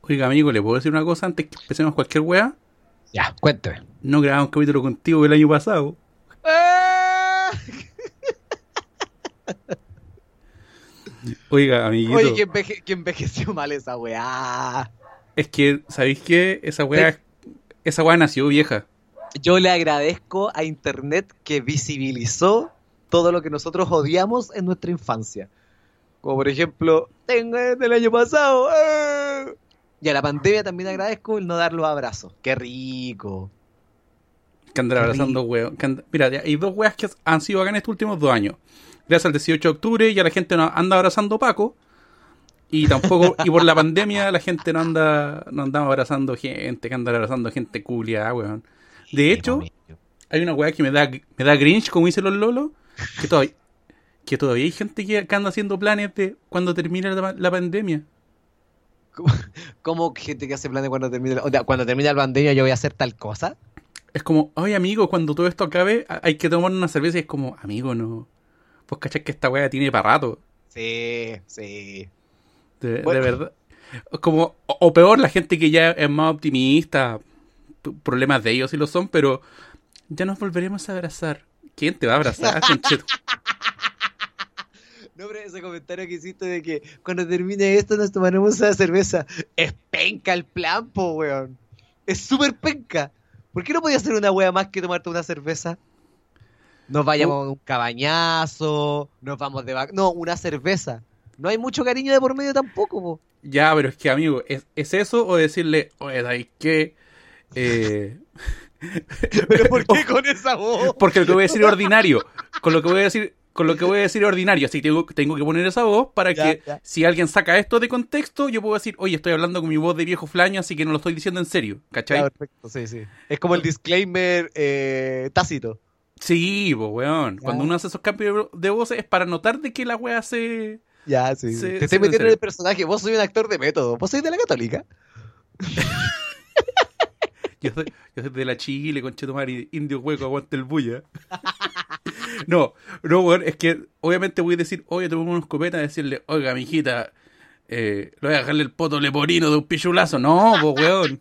Oiga, amigo, ¿le puedo decir una cosa antes que empecemos cualquier weá? Ya, cuénteme. No grabamos un capítulo contigo el año pasado. ¡Ah! Oiga, amiguito. Oye, que envejeció mal esa weá. Es que, ¿sabéis qué? Esa weá nació vieja. Yo le agradezco a internet que visibilizó todo lo que nosotros odiamos en nuestra infancia. Como por ejemplo, tengo del año pasado. ¡Ah! Y a la pandemia también agradezco el no dar los abrazos. ¡Qué rico! Que andar Qué abrazando rico. weón. Mira, hay dos weas que han sido acá en estos últimos 2 años. Gracias al 18 de octubre ya la gente no anda abrazando Paco. Y tampoco, y por la pandemia la gente no andaba abrazando gente, que anda abrazando gente culia, weón. De Sí, hecho, mami. hay una weá que me da cringe, como dicen los lolos, que todavía hay gente que anda haciendo planes de cuando termine la pandemia. ¿Cómo gente que hace planes cuando termine o sea, cuando termine la pandemia yo voy a hacer tal cosa? Es como, oye amigo, cuando todo esto acabe, hay que tomar una cerveza y es como, amigo, no. Pues cachai que esta weá tiene para rato. Sí, sí. De Bueno, verdad. Como, o peor, la gente que ya es más optimista, problemas de ellos sí lo son, pero ya nos volveremos a abrazar. ¿Quién te va a abrazar, concheto? no, pero ese comentario que hiciste de que cuando termine esto nos tomaremos una cerveza. Es penca el plan, po, weón. Es súper penca. ¿Por qué no podía hacer una wea más que tomarte una cerveza? Nos vayamos a un cabañazo, nos vamos de no, una cerveza. No hay mucho cariño de por medio tampoco, po. Ya, pero es que, amigo, ¿es eso o decirle, oye, ¿sabes qué? Eh... Pero ¿por qué con esa voz? Porque lo que voy a decir es ordinario. Con lo que voy a decir es ordinario. Así que tengo que poner esa voz para Ya, que ya. si alguien saca esto de contexto, yo puedo decir, oye, estoy hablando con mi voz de viejo flaño, así que no lo estoy diciendo en serio. Ya, ¿Cachai? perfecto, sí, sí. Es como el disclaimer tácito. Sí, pues, weón. Cuando Ya. uno hace esos cambios de voces es para notar de que la wea Ya, sí, sí. Te se estoy ve en metiendo en el serio. personaje. Vos sois un actor de método. Vos sois de la Católica. Yo soy de la Chile, conchetumare, indio hueco, aguante el bulla. No, no, weón, es que obviamente voy a decir, oye, tengo unos copetas, decirle, oiga, mijita, le voy a dejarle el poto leporino de un pichulazo. No, pues, weón.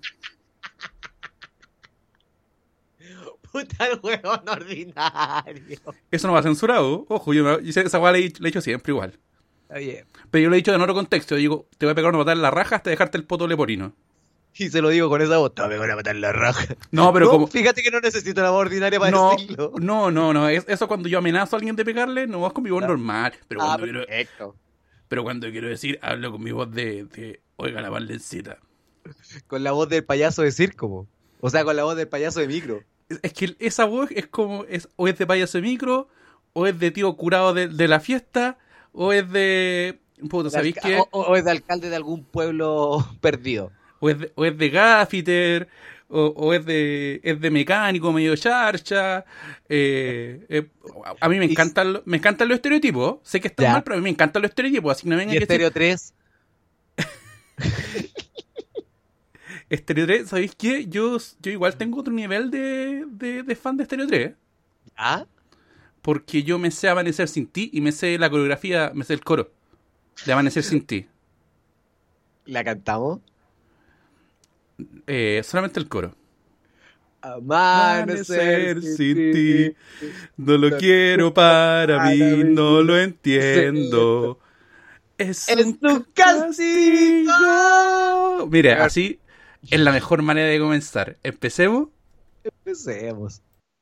Puta el huevón ordinario. Eso no va censurado. Ojo, yo esa weá la he hecho siempre igual. Está bien. Pero yo lo he dicho en otro contexto. Yo digo, te voy a pegar una patada en la raja hasta dejarte el poto leporino. Y se lo digo con esa voz. Te voy a matar la raja. No, pero No, como... fíjate que no necesito una voz ordinaria para No, decirlo. no. Eso cuando yo amenazo a alguien de pegarle, no es con mi voz Ya. normal. Pero Ah, cuando perfecto. quiero decir, hablo con mi voz de oiga, la valdencita. Con la voz del payaso de circo, po. O sea, con la voz del payaso de micro. Es que esa voz es como, o es de payaso de micro, o es de tío curado de la fiesta, o es de... Puta, ¿sabéis qué? O es de alcalde de algún pueblo perdido. O es de gaffiter, o es de mecánico medio charcha. A mí Y- me encantan los estereotipos. Sé que están Ya. mal, pero a mí me encantan los estereotipos. Así que no vengan Y que decir Estéreo 3. Stereo 3. ¿Sabéis qué? Yo igual tengo otro nivel de fan de Stereo 3. ¿Ah? Porque yo me sé Amanecer sin ti y me sé la coreografía, me sé el coro de Amanecer sin ti. ¿La cantamos? Solamente el coro. Amanecer sin ti. No lo quiero para mí, no lo entiendo. Es un castigo. Mira, así es la mejor manera de comenzar. Empecemos. Empecemos.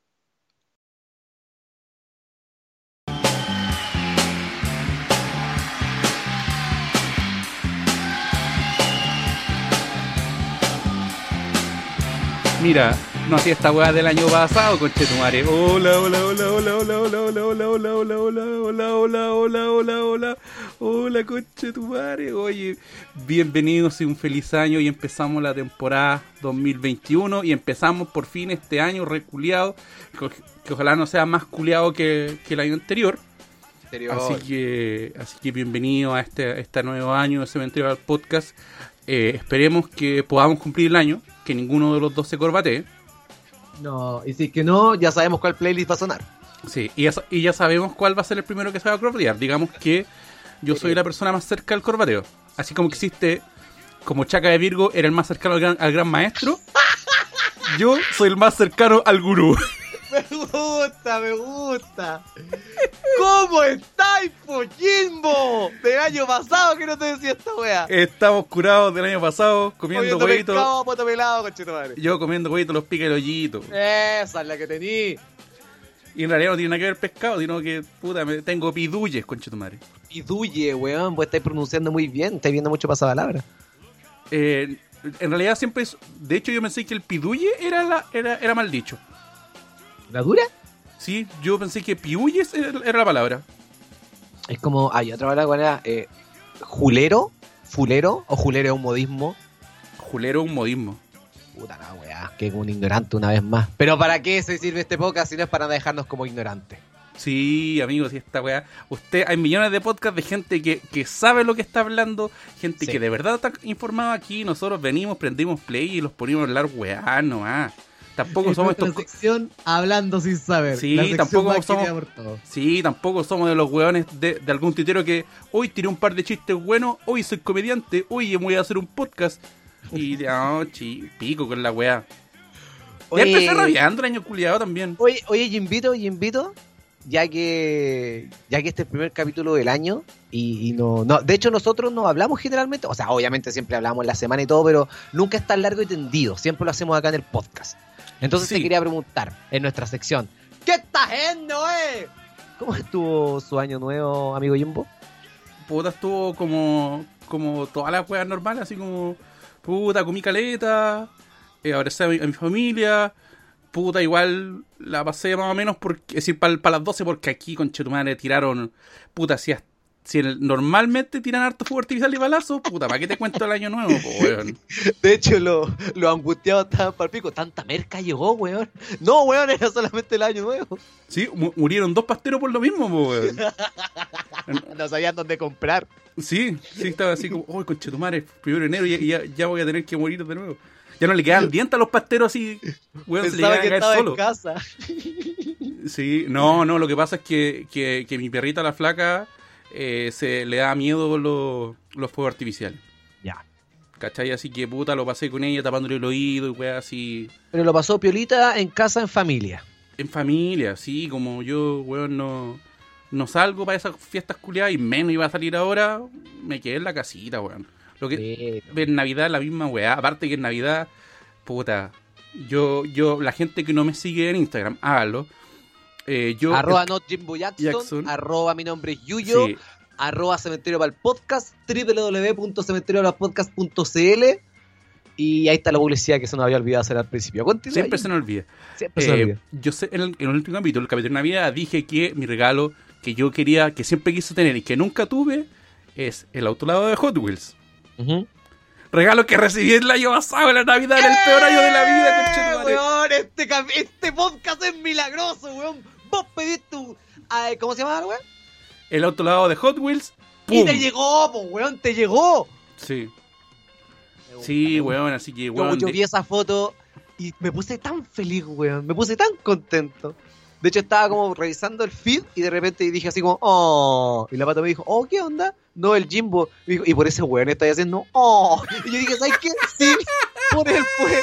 Mira, no hacía esta weá del año pasado, conchetumare. Hola, hola, hola, hola, hola, hola, hola, hola, hola, hola, hola, hola, hola, hola, hola, hola, hola, conchetumare. Oye, bienvenidos y un feliz año y empezamos la temporada 2021 y empezamos por fin este año reculeado, que ojalá no sea más culeado que el año anterior. Así que bienvenido a este nuevo año de Cementerio al Podcast. Esperemos que podamos cumplir el año, que ninguno de los dos se corbatee. No, y si es que no, ya sabemos cuál playlist va a sonar. Sí, y ya sabemos cuál va a ser el primero que se va a corbatear. Digamos que yo soy la persona más cerca del corbateo. Así como que existe como Chaka de Virgo era el más cercano al gran maestro, yo soy el más cercano al gurú. Me gusta. ¿Cómo estáis, Jimbo? Del año pasado que no te decía esta wea. Estamos curados del año pasado, comiendo huevitos. Poto pelado, conchetumare. Yo comiendo huevitos, los pica el hoyito. Esa es la que tení. Y en realidad no tiene nada que ver pescado, sino que, puta, tengo piduyes, conchetumare. Piduye, weón, vos estáis pronunciando muy bien, estáis viendo mucho pasapalabra. En realidad siempre es... De hecho, yo pensé que el piduye era mal dicho. ¿La dura? Sí, yo pensé que piuyes era la palabra. Es como, hay otra palabra que era julero, fulero, o julero es un modismo. Julero es un modismo. Puta la weá, que un ignorante una vez más. Pero ¿para qué se sirve este podcast si no es para dejarnos como ignorantes? Sí, amigos, y esta weá. Hay millones de podcasts de gente que sabe lo que está hablando, gente que de verdad está informada aquí. Nosotros venimos, prendimos play y los ponemos a hablar weá nomás. Tampoco somos estos. Sección hablando sin saber. Sí, tampoco somos. Sí, tampoco somos de los weones de algún tuitero que hoy tiré un par de chistes buenos, hoy soy comediante, hoy voy a hacer un podcast. Y pico con la weá. Ya empecé rabiando el año culiado también. Oye, Jimbito, ya que este es el primer capítulo del año y no, de hecho nosotros no hablamos generalmente, o sea, obviamente siempre hablamos en la semana y todo, pero nunca es tan largo y tendido, siempre lo hacemos acá en el podcast. Entonces te quería preguntar, en nuestra sección, ¿qué estás haciendo, ¿Cómo estuvo su año nuevo, amigo Jimbo? Puta, estuvo como todas las weas normales, así como, puta, comí caleta, abracé a mi familia. Puta, igual la pasé más o menos, es decir, para las 12, porque aquí, conchetumadre, tiraron, puta, si normalmente tiran harto fuego artificial y balazos, puta, ¿para qué te cuento el año nuevo, po, weón? De hecho, los angustiados estaban para el pico, tanta merca llegó, weón. No, weón, era solamente el año nuevo. Sí, murieron 2 pasteros por lo mismo, po, weón. No sabían dónde comprar. Sí, estaba así como, oh, conchetumadre, 1 de enero y ya voy a tener que morir de nuevo. Ya no le quedan dientes a los pasteros así, weón, se le llegan a caer solo. En casa. Sí, no, lo que pasa es que mi perrita, la flaca, se le da miedo los fuegos artificiales. Ya. ¿Cachai? Así que puta, lo pasé con ella tapándole el oído y weá así. Pero lo pasó piolita en casa, en familia. En familia, sí, como yo, weón, no salgo para esas fiestas culiadas y menos iba a salir ahora, me quedé en la casita, weón. Lo que en Navidad la misma weá, aparte que en Navidad, puta, yo la gente que no me sigue en Instagram, hágalo. Arroba not Jimbo Jackson, arroba mi nombre es Yuyo, sí. Arroba Cementerio para el Podcast, www.cementerioparaelpodcast.cl. Y ahí está la publicidad que se nos había olvidado hacer al principio. Continúa. Siempre se nos olvida. Yo sé, en el último capítulo, el capítulo de Navidad, dije que mi regalo que yo quería, que siempre quise tener y que nunca tuve, es el autolavado de Hot Wheels. Uh-huh. Regalo que recibí el año pasado en la Navidad, en el peor año de la vida, conchetumare. Weón, este podcast es milagroso, weón. Vos pediste ¿cómo se llama, weón? El autolavado de Hot Wheels. ¡Pum! Y te llegó, weón, te llegó. Sí. Sí, weón, así que, weón. Yo vi esa foto y me puse tan feliz, weón. Me puse tan contento. De hecho, estaba como revisando el feed y de repente dije así como, oh. Y la pata me dijo, oh, ¿qué onda? No, el Jimbo. Me dijo, y por ese weón estáis haciendo, oh. Y yo dije, ¿sabes qué? Sí, por él fue.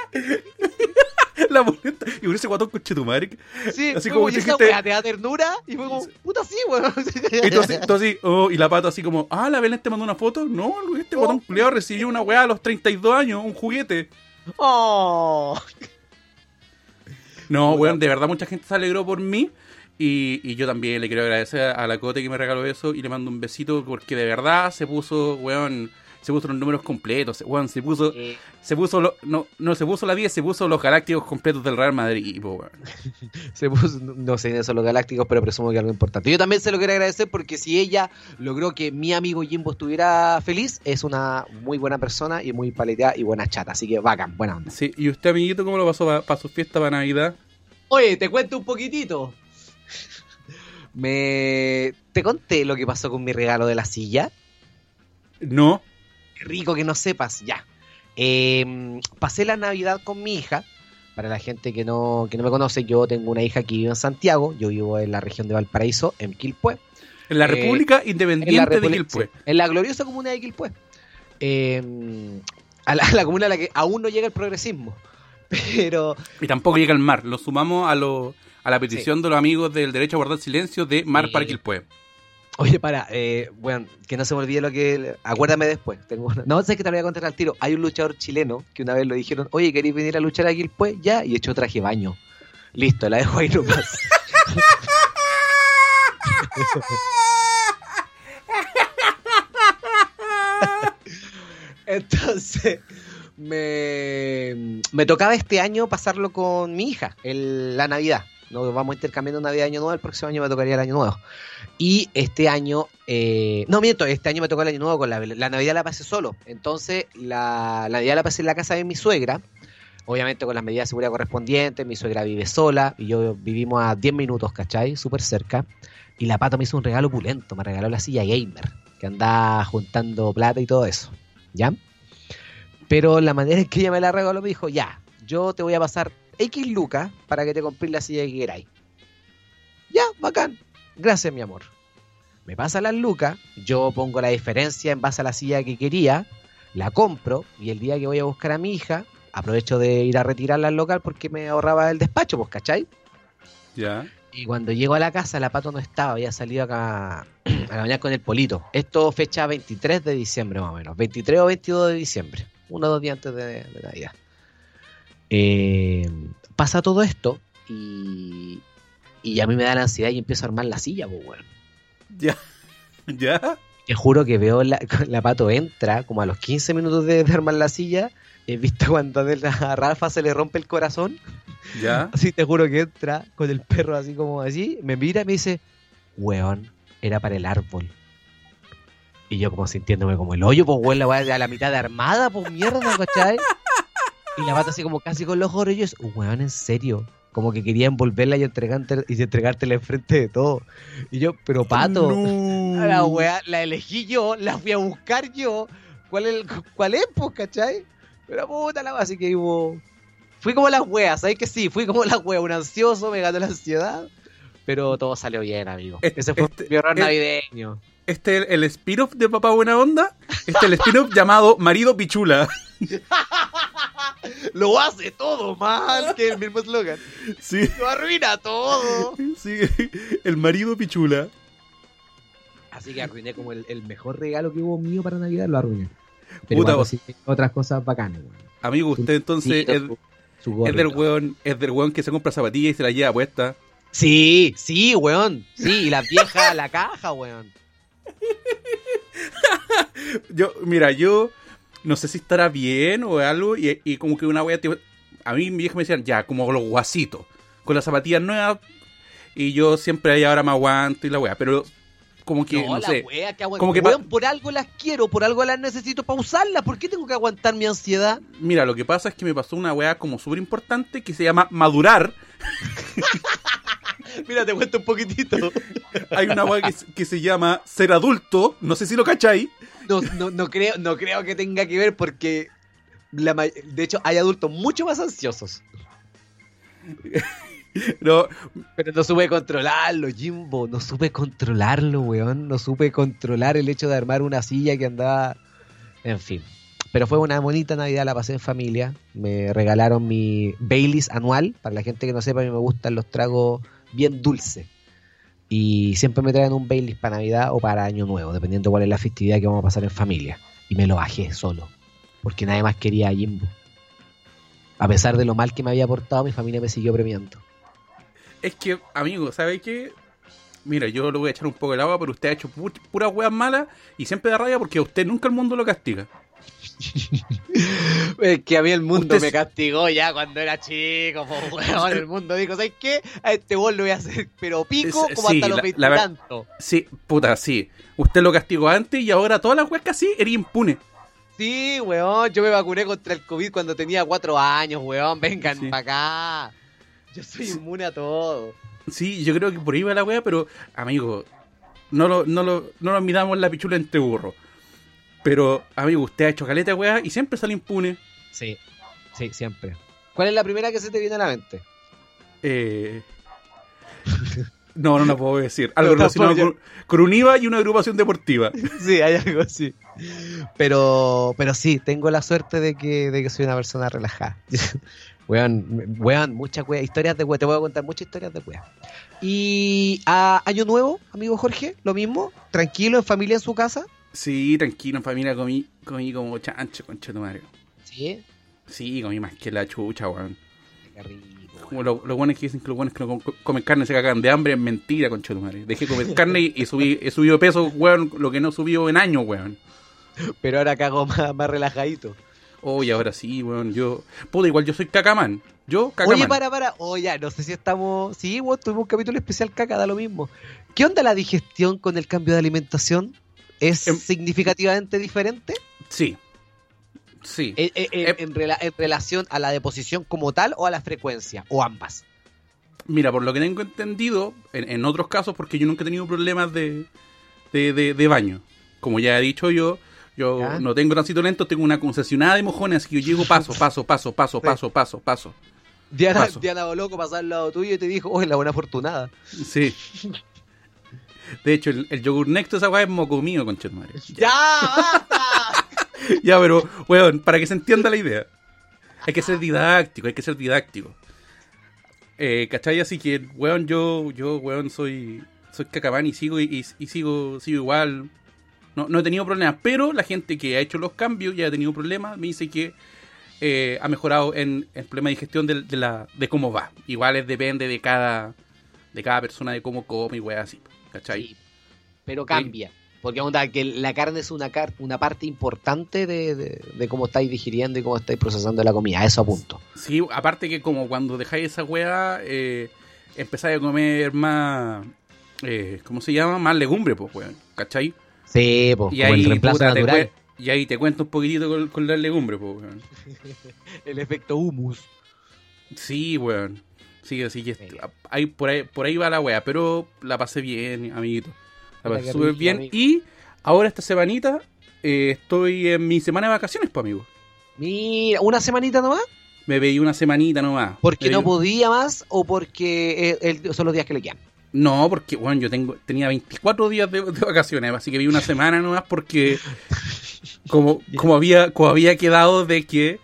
La boleta. Y por ese guatón conchetumare. Sí, así como y esa weá te da ternura. Y fue como, puta, sí, weón. Y tú así, oh, y la pata así como, la Belén te mandó una foto. No, este guatón culiado recibió una weá a los 32 años, un juguete. Oh. No, weón, de verdad mucha gente se alegró por mí. Y yo también le quiero agradecer a la Cote que me regaló eso. Y le mando un besito porque de verdad se puso, weón, se puso los números completos. Weón, se puso la 10, se puso los galácticos completos del Real Madrid, weón. Se puso, no sé eso los galácticos, pero presumo que algo importante. Yo también se lo quiero agradecer porque si ella logró que mi amigo Jimbo estuviera feliz, es una muy buena persona y muy paleteada y buena chata. Así que bacán, buena onda. Sí, ¿y usted, amiguito, cómo lo pasó para su fiesta, para Navidad? Oye, te cuento un poquitito. ¿Te conté lo que pasó con mi regalo de la silla? No. Qué rico que no sepas, ya. Pasé la Navidad con mi hija. Para la gente que no me conoce, yo tengo una hija que vive en Santiago. Yo vivo en la región de Valparaíso, en Quilpué. En la República Independiente de Quilpué. Sí, en la gloriosa comuna de Quilpué. a la comuna a la que aún no llega el progresismo. Pero... Y tampoco llega al mar. Lo sumamos a la petición de los amigos del derecho a guardar silencio de Mar para Quilpué. Oye, bueno, que no se me olvide lo que... Acuérdame después. No, sé que te lo voy a contar al tiro. Hay un luchador chileno que una vez lo dijeron, oye, ¿queréis venir a luchar aquí después? Ya, y echó traje de baño. Listo, la dejo ahí nomás. Entonces, me tocaba este año pasarlo con mi hija, la Navidad. Nos vamos intercambiando Navidad y Año Nuevo, el próximo año me tocaría el Año Nuevo. Y este año, no miento, este año me tocó el Año Nuevo, con la Navidad la pasé solo. Entonces, la Navidad la pasé en la casa de mi suegra, obviamente con las medidas de seguridad correspondientes. Mi suegra vive sola y yo vivimos a 10 minutos, ¿cachai? Súper cerca. Y la Pato me hizo un regalo opulento, me regaló la silla gamer, que andaba juntando plata y todo eso, ¿ya? Pero la manera en que ella me la regaló me dijo, ya, yo te voy a pasar X lucas para que te compres la silla que queráis. Ya, bacán. Gracias, mi amor. Me pasa las lucas, yo pongo la diferencia en base a la silla que quería, la compro y el día que voy a buscar a mi hija, aprovecho de ir a retirarla al local porque me ahorraba el despacho, pues, ¿cachai? Ya. Y cuando llego a la casa, la Pato no estaba, había salido acá a bañar con el Polito. Esto fecha 23 de diciembre más o menos, 23 o 22 de diciembre, 1 o 2 días antes de Navidad. Pasa todo esto y a mí me da la ansiedad y empiezo a armar la silla, pues, bueno. Ya. ¿Ya? Te juro que veo la Pato entra como a los 15 minutos de armar la silla. He visto cuando a Rafa se le rompe el corazón. Ya. Así te juro que entra con el perro así como así. Me mira y me dice, weón, era para el árbol. Y yo como sintiéndome como el hoyo, pues weón, la weá a la mitad de armada, pues mierda, ¿cachai? Y la Pato así como casi con los ojos rollos, weón, en serio. Como que quería envolverla y entregártela enfrente de todo. Y yo, pero Pato, no. la weá la elegí yo, la fui a buscar yo. ¿Cuál es, pues, cachai? Pero puta la weá, así que fui como las weas, ¿sabes que sí? Fui como las weas, un ansioso, me ganó la ansiedad. Pero todo salió bien, amigo. Ese fue mi error navideño. Este es el spin-off de Papá Buena Onda. Este es el spin-off llamado Marido Pichula. Lo hace todo mal, que el mismo eslogan. Sí. Lo arruina todo. Sí, el marido Pichula. Así que arruiné como el mejor regalo que hubo mío para Navidad, lo arruiné. Pero Puta, igual, sí, otras cosas bacanas, weón. Amigo, usted entonces es del weón que se compra zapatillas y se las lleva puesta. Sí, weón. Sí, y la vieja la caja, weón. Yo no sé si estará bien o algo, y como que una wea, a mí mi vieja me decían, ya, como los guasitos, con las zapatillas nuevas, y yo siempre ahí ahora me aguanto y la wea, pero como que, no sé. Wea que como que weón, por algo las quiero, por algo las necesito para usarlas, ¿por qué tengo que aguantar mi ansiedad? Mira, lo que pasa es que me pasó una wea como súper importante que se llama madurar. Mira, te cuento un poquitito. Hay una wea que se llama ser adulto, no sé si lo cacháis. No creo que tenga que ver porque de hecho hay adultos mucho más ansiosos. No. Pero no supe controlarlo, Jimbo. No supe controlarlo, weón. No supe controlar el hecho de armar una silla que andaba... En fin. Pero fue una bonita Navidad, la pasé en familia. Me regalaron mi Baileys anual. Para la gente que no sepa, a mí me gustan los tragos bien dulces. Y siempre me traen un Baileys para Navidad o para Año Nuevo, dependiendo cuál es la festividad que vamos a pasar en familia. Y me lo bajé solo, porque nadie más quería a Jimbo. A pesar de lo mal que me había portado, mi familia me siguió premiando. Es que, amigo, ¿sabe qué? Mira, yo le voy a echar un poco de agua, pero usted ha hecho puras weas malas y siempre da rabia porque a usted nunca el mundo lo castiga. Es que a mí el mundo me castigó ya cuando era chico, po, weón. El mundo dijo, ¿sabes qué? A este vos lo voy a hacer, pero pico como sí, hasta los 20 tantos. Sí, puta, sí. Usted lo castigó antes y ahora todas las weas que así eres impune. Sí, weón, yo me vacuné contra el COVID cuando tenía 4 años, weón. Vengan sí. para acá. Yo soy inmune a todo. Sí, yo creo que por ahí va la wea, pero, amigo, no lo midamos la pichula entre burros. Pero, amigo, usted ha hecho caleta de weá y siempre sale impune. Sí, siempre. ¿Cuál es la primera que se te viene a la mente? No puedo decir. Algo No, relacionado tampoco con un IVA y una agrupación deportiva. Sí, hay algo así. Pero sí, tengo la suerte de que soy una persona relajada. Weón, muchas weas, historias de weas. Te voy a contar muchas historias de weas. Y a Año Nuevo, amigo Jorge, lo mismo. Tranquilo, en familia, en su casa. Sí, tranquilo, en familia comí como chancho, concha tu madre. Sí. Sí, comí más que la chucha, weón. Qué rico. Como los buenos que dicen que los buenos que no comen carne se cagan de hambre, es mentira, concha tu madre. Dejé de comer carne y he subido peso, weón, lo que no he subido en años, weón. Pero ahora cago más relajadito. Oye, ahora sí, weón, igual yo soy cacamán. Yo, cacamán. Oye, para. Oye, no sé si estamos... Sí, vos tuvimos un capítulo especial caca, da lo mismo. ¿Qué onda la digestión con el cambio de alimentación? ¿Es significativamente diferente? Sí. En relación a la deposición como tal o a la frecuencia, o ambas. Mira, por lo que tengo entendido, en otros casos, porque yo nunca he tenido problemas de baño. Como ya he dicho yo ¿Ya? no tengo tránsito lento, tengo una concesionada de mojones, así que yo llego paso. Diana Boloco pasó al lado tuyo y te dijo, oye, la buena afortunada. Sí. De hecho, el yogur Necto, esa weá es moco mío, conchetumare. ¡Ya, basta! Ya, pero, weón, para que se entienda la idea. Hay que ser didáctico. ¿Cachai? Así que, weón, yo weón, soy cacabán y sigo igual. No he tenido problemas, pero la gente que ha hecho los cambios y ha tenido problemas me dice que ha mejorado en el problema de digestión de cómo va. Igual depende de cada persona, de cómo come y weá así, ¿cachai? Sí, pero cambia. Porque onda, que la carne es una parte importante de cómo estáis digiriendo y cómo estáis procesando la comida. A eso apunto. Sí, aparte que como cuando dejáis esa weá, empezáis a comer más, ¿cómo se llama? Más legumbre, pues, weón, ¿cachai? Sí, pues, Y como ahí, el reemplazo puta, natural. y ahí te cuento un poquitito con la legumbre, pues, weón. El efecto humus. Sí, weón. Sí, así que Sí. por ahí va la weá, pero la pasé bien, amiguito. La Puta, pasé qué súper rico, bien. amigo. Y ahora esta semanita estoy en mi semana de vacaciones, pues, amigo. Mira, ¿una semanita nomás? Me pedí una semanita nomás. ¿Porque Me no pedí- podía más o porque son los días que le quedan? No, porque, bueno, tenía 24 días de vacaciones, así que vi una semana nomás porque como había quedado de que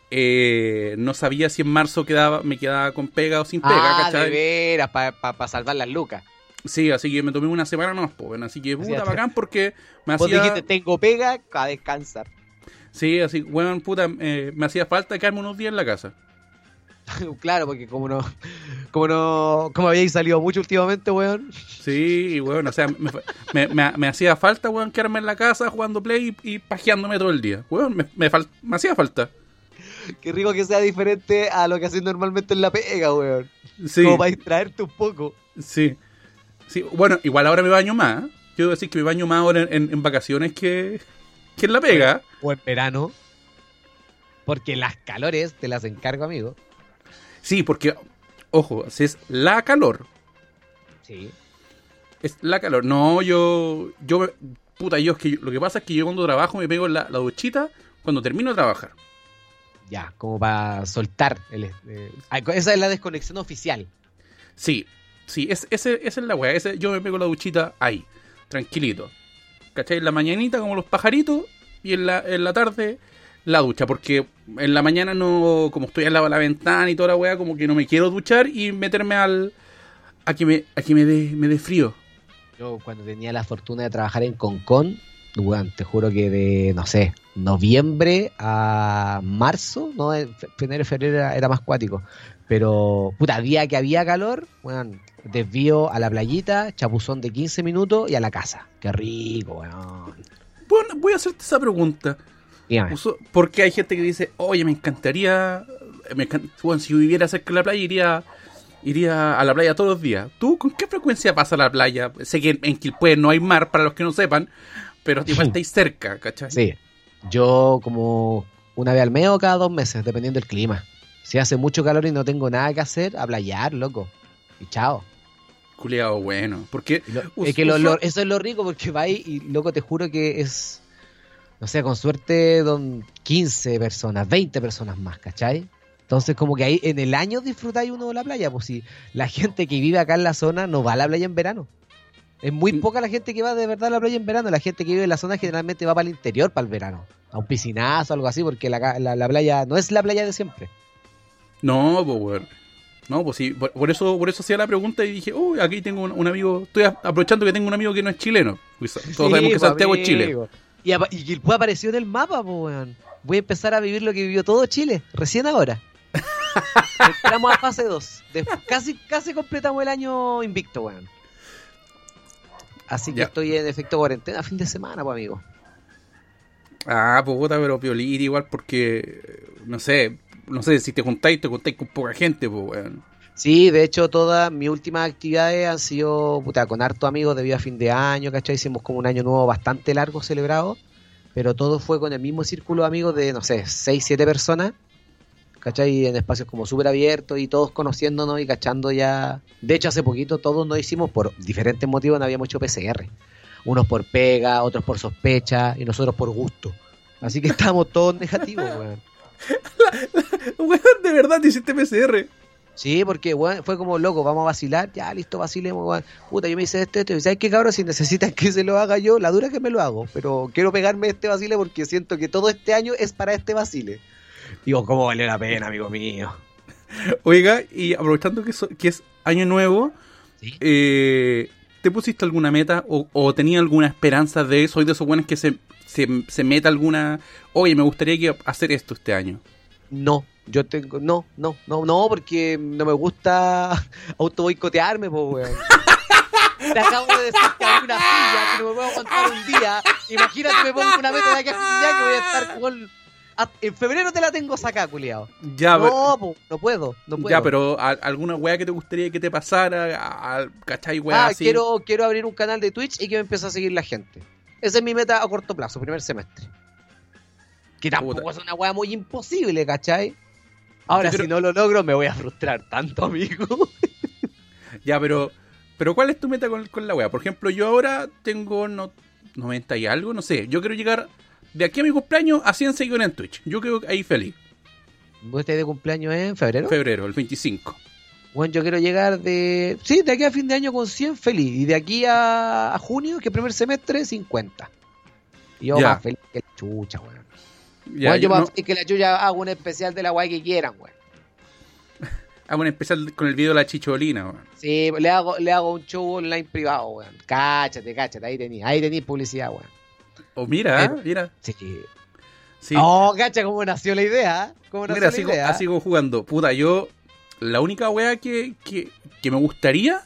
no sabía si en marzo me quedaba con pega o sin pega, De ¿cachai? veras, para salvar las lucas. Sí, así que me tomé una semana nomás, pues, bueno, así que puta Así, bacán porque me Vos hacía... dijiste, tengo pega, a descansar. Sí, así, bueno, puta, me hacía falta quedarme unos días en la casa. Claro, porque como habíais salido mucho últimamente, weón. Sí, bueno, o sea, me hacía falta, weón, quedarme en la casa jugando Play y pajeándome todo el día. Weón, me hacía falta. Qué rico que sea diferente a lo que haces normalmente en la pega, weón. Sí, Como para distraerte un poco. sí. Sí, bueno, igual ahora me baño más. Yo debo decir que me baño más ahora en vacaciones que en la pega. O en verano. Porque las calores te las encargo, amigo. Sí, porque, ojo, si es la calor. Sí. Es la calor. No, puta, lo que pasa es que yo cuando trabajo me pego la duchita cuando termino de trabajar. Ya, como para soltar. Esa es la desconexión oficial. Sí, esa es la weá. Yo me pego la duchita ahí, tranquilito. ¿Cachai? En la mañanita como los pajaritos y en la tarde la ducha. Porque en la mañana no, como estoy al lado de la ventana y toda la weá, como que no me quiero duchar y meterme a que me dé frío. Yo cuando tenía la fortuna de trabajar en Concón, weón, te juro que de, no sé, noviembre a marzo, no, enero y febrero era más cuático. Pero, puta, día que había calor, weón, desvío a la playita, chapuzón de 15 minutos y a la casa. Qué rico, weón. Bueno, voy a hacerte esa pregunta. Dígame. Porque hay gente que dice, oye, me encantaría, bueno, si yo viviera cerca de la playa, iría a la playa todos los días. ¿Tú con qué frecuencia vas a la playa? Sé que en Quilpué no hay mar, para los que no sepan, pero igual estáis cerca, ¿cachai? Sí, yo como una vez al mes o cada 2 meses, dependiendo del clima. Si hace mucho calor y no tengo nada que hacer, a playar, loco. Y chao. Culeado bueno. Porque Es que eso es lo rico, porque va ahí y, loco, te juro que es, no sé, con suerte, 15 personas, 20 personas más, ¿cachai? Entonces, como que ahí en el año disfrutáis uno de la playa, pues si la gente que vive acá en la zona no va a la playa en verano. Es muy poca la gente que va de verdad a la playa en verano. La gente que vive en la zona generalmente va para el interior para el verano. A un piscinazo o algo así, porque la playa no es la playa de siempre. No, pues, weón. No, pues sí, por eso hacía la pregunta y dije, aquí tengo un amigo, estoy aprovechando que tengo un amigo que no es chileno. Pues todos sabemos que Santiago es Chile. Y después apareció en el mapa, pues, weón. Voy a empezar a vivir lo que vivió todo Chile, recién ahora. Entramos a fase 2. Casi completamos el año invicto, weón. Así que estoy en efecto cuarentena fin de semana, pues, amigo. Ah, pues puta, pero piolita igual porque, no sé, si te contáis con poca gente, pues, weón. Sí, de hecho todas mis últimas actividades han sido, con hartos amigos debido a fin de año, ¿cachai? Hicimos como un año nuevo bastante largo celebrado, pero todo fue con el mismo círculo de amigos de, no sé, 6, 7 personas, ¿cachai? En espacios como súper abiertos y todos conociéndonos y cachando ya. De hecho, hace poquito todos nos hicimos, por diferentes motivos, no habíamos hecho PCR. Unos por pega, otros por sospecha y nosotros por gusto. Así que estábamos todos negativos, weón. Weón, de verdad te hiciste PCR. Sí, porque weón, fue como loco, vamos a vacilar, ya listo, vacilemos, weón. Puta, yo me hice esto, y ¿sabes qué, cabrón? Si necesitan que se lo haga yo, la dura es que me lo hago. Pero quiero pegarme este vacile porque siento que todo este año es para este vacile. Digo, ¿cómo vale la pena, amigo mío? Oiga, y aprovechando que es año nuevo, ¿sí? ¿Te pusiste alguna meta o tenía alguna esperanza de eso? ¿Soy de esos buenos que se meta alguna? Oye, me gustaría hacer esto este año. No, yo tengo. No, porque no me gusta auto boicotearme, pues, weón. Te acabo de decir que abrí una silla, que no me puedo aguantar un día. Imagínate, me pongo una meta de aquí a fin de año que voy a estar con. En febrero te la tengo sacada, culiao. Ya, no, po, no puedo. Ya, pero alguna weá que te gustaría que te pasara, ¿cachai, weá? Así. Quiero abrir un canal de Twitch y que me empiece a seguir la gente. Esa es mi meta a corto plazo, primer semestre. Que tampoco es una weá muy imposible, ¿cachai? Ahora, si no lo logro, me voy a frustrar tanto, amigo. Ya, pero ¿cuál es tu meta con la weá? Por ejemplo, yo ahora tengo 90 y algo, no sé. Yo quiero llegar de aquí a mi cumpleaños a 100 seguidores en Twitch. Yo creo que ahí feliz. ¿Vos estáis de cumpleaños en febrero? Febrero, el 25. Bueno, yo quiero llegar de aquí a fin de año con 100 feliz. Y de aquí a junio, que primer semestre, 50. Y yo más feliz que la chucha, weón. Bueno, yo más feliz que la chucha hago un especial de la guay que quieran, weón. Hago un especial con el video de la chicholina, weón. Sí, le hago un show online privado, weón. Cáchate, ahí tení publicidad, weón. Oh, mira. Sí. Oh, cacha, cómo nació la idea. Mira, así como jugando. Puta, yo la única weá que me gustaría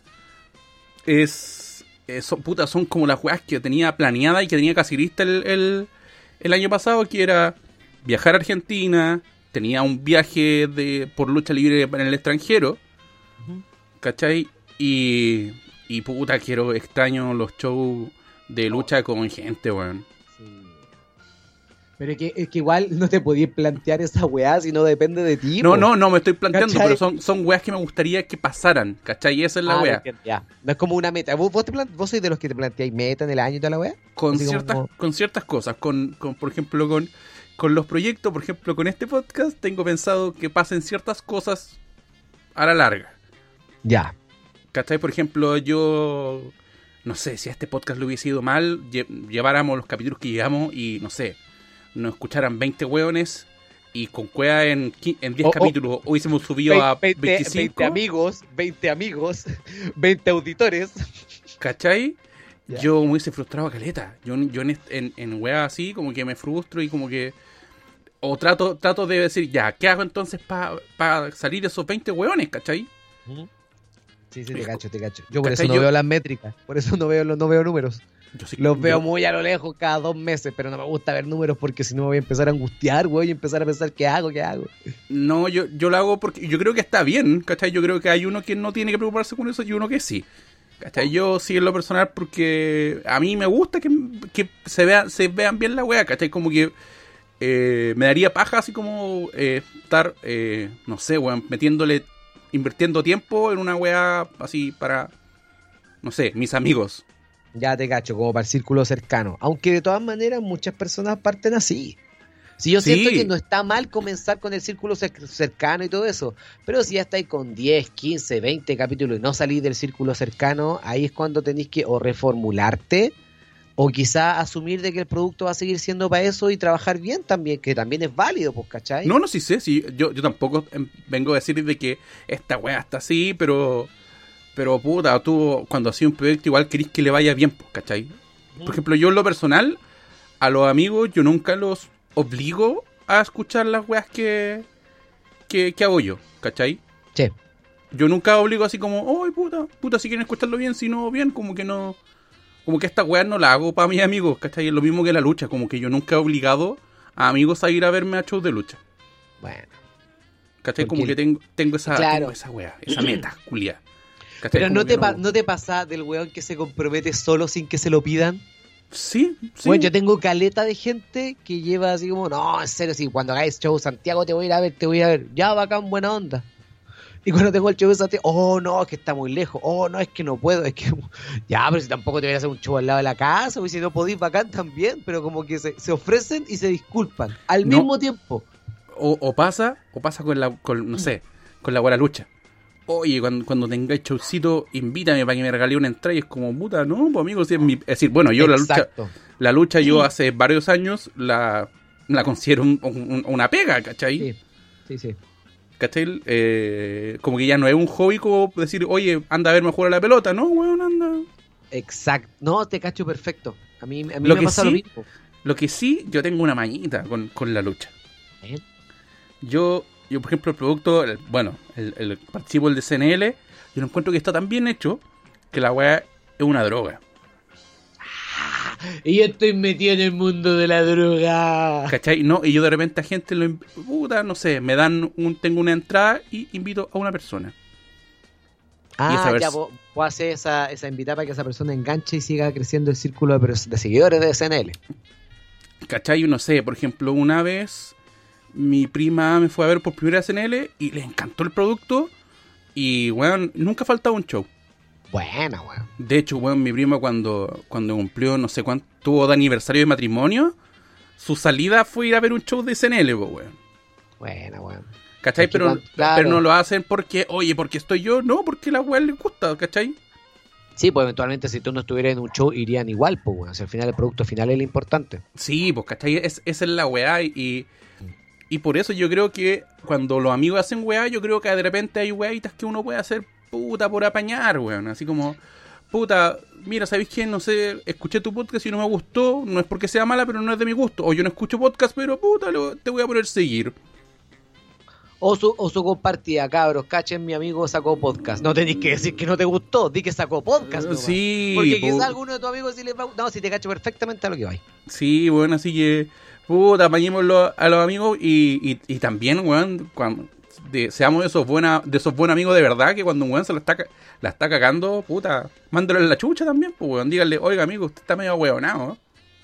son como las weas que tenía planeada y que tenía casi lista el año pasado, que era viajar a Argentina. Tenía un viaje por lucha libre en el extranjero, ¿cachai? Y puta, extraño los shows de lucha con gente, weón. Sí. Pero es que igual no te podías plantear esa weá si no depende de ti. No me estoy planteando, ¿cachai? Pero son weas que me gustaría que pasaran, ¿cachai? Esa es la wea. Ya. No es como una meta. ¿Vos sois de los que te planteáis meta en el año y toda la wea? Con ciertas cosas, por ejemplo, con los proyectos, por ejemplo, con este podcast, tengo pensado que pasen ciertas cosas a la larga. Ya. ¿Cachai? Por ejemplo, yo no sé, si a este podcast le hubiese ido mal, lleváramos los capítulos que llegamos y, no sé, nos escucharan 20 hueones y con cueva en 10 capítulos hubiésemos subido a 25. 20 amigos, 20 auditores. ¿Cachai? Yeah. Yo me hubiese frustrado a caleta. Yo en wea así, como que me frustro y como que... O trato de decir, ya, ¿qué hago entonces para salir de esos 20 hueones, cachai? Sí, te cacho. Yo por eso no veo las métricas, por eso no veo números. Los veo muy a lo lejos cada 2 meses, pero no me gusta ver números porque si no me voy a empezar a angustiar, güey, y empezar a pensar, ¿qué hago? No, yo lo hago porque yo creo que está bien, ¿cachai? Yo creo que hay uno que no tiene que preocuparse con eso y uno que sí. ¿Cachai? Yo sí en lo personal porque a mí me gusta que se vean bien la wea, ¿cachai? Como que me daría paja así como estar, no sé, weón, invirtiendo tiempo en una wea así para, no sé, mis amigos. Ya te cacho, como para el círculo cercano. Aunque de todas maneras muchas personas parten así. Si yo siento Sí. que no está mal comenzar con el círculo cercano y todo eso, pero si ya estáis con 10, 15, 20 capítulos y no salís del círculo cercano, ahí es cuando tenéis que o reformularte o quizá asumir de que el producto va a seguir siendo para eso y trabajar bien también, que también es válido, pues, ¿cachai? No, sí sé, sí, yo tampoco vengo a decir de que esta weá está así, pero puta, tú cuando hacías un proyecto igual querís que le vaya bien, pues, ¿cachai? Por ejemplo, yo en lo personal, a los amigos yo nunca los obligo a escuchar las weas que hago yo, ¿cachai? Sí. Yo nunca obligo así como, ay puta, si quieren escucharlo bien, si no bien, como que no, como que esta weas no la hago para mis amigos, ¿cachai? Es lo mismo que la lucha, como que yo nunca he obligado a amigos a ir a verme a shows de lucha, Bueno. ¿cachai? Porque Como que tengo esa, claro. tengo esa wea, esa meta, culia. ¿Cachai? Pero Como ¿no que te, ¿no te pasa del weón que se compromete solo sin que se lo pidan? Sí. Bueno, yo tengo caleta de gente que lleva así como, no, en serio, si cuando hagáis show Santiago te voy a ir a ver, ya bacán, buena onda. Y cuando tengo el show de Santiago, oh no, es que está muy lejos, oh no, es que no puedo, es que ya, pero si tampoco te voy a hacer un show al lado de la casa, o si no podís bacán también, pero como que se ofrecen y se disculpan al No. mismo tiempo. O pasa no sé, con la buena lucha. Oye, cuando tengáis showcito, invítame para que me regale una entrada. Y es como, puta, no, pues amigo, si es mi... Es decir, bueno, yo Exacto. la lucha yo hace varios años la considero una pega, ¿cachai? Sí. ¿Cachai? Como que ya no es un hobby como decir, oye, anda a verme jugar a la pelota, ¿no, weón? Anda. Exacto. No, te cacho perfecto. A mí Lo me que pasa sí- lo mismo. Lo que sí, yo tengo una mañita con la lucha. ¿Eh? Yo, por ejemplo, el producto, el participo del de CNL, yo lo encuentro que está tan bien hecho que la weá es una droga. Y yo estoy metido en el mundo de la droga. ¿Cachai? No, y yo de repente a gente puta, no sé, tengo una entrada y invito a una persona. Y esa Ya vos hacer esa invitada para que esa persona enganche y siga creciendo el círculo de seguidores de SNL. ¿Cachai? Yo no sé, por ejemplo, una vez mi prima me fue a ver por primera vez CNL y le encantó el producto y, weón, nunca faltaba un show. Buena, weón. De hecho, weón, mi prima cuando cumplió no sé cuánto, tuvo de aniversario de matrimonio, su salida fue ir a ver un show de CNL, weón. Buena, weón. ¿Cachai? Aquí Pero claro. no lo hacen porque, oye, porque estoy yo, no, porque a la weón le gusta, ¿cachai? Sí, pues eventualmente si tú no estuvieras en un show irían igual, pues, weón. O sea, al final el producto final es lo importante. Sí, pues, ¿cachai? Esa es la weá y por eso yo creo que cuando los amigos hacen weá, yo creo que de repente hay weaditas que uno puede hacer puta por apañar, weón. Así como, puta, mira, ¿sabéis qué? No sé, escuché tu podcast y no me gustó, no es porque sea mala, pero no es de mi gusto. O yo no escucho podcast, pero puta, te voy a poner seguir. O su compartida, cabros, cachen, mi amigo sacó podcast. No tenéis que decir que no te gustó, di que sacó podcast. Nomás. Sí, porque quizá alguno de tus amigos sí les va. No, si te cacho perfectamente a lo que vais. Sí, bueno, así que, puta, apañémoslo a los amigos y también, weón, seamos de esos buenos amigos de verdad que cuando un weón se la está cagando, puta, mándalo en la chucha también, pues, weón, díganle, oiga, amigo, usted está medio huevonado,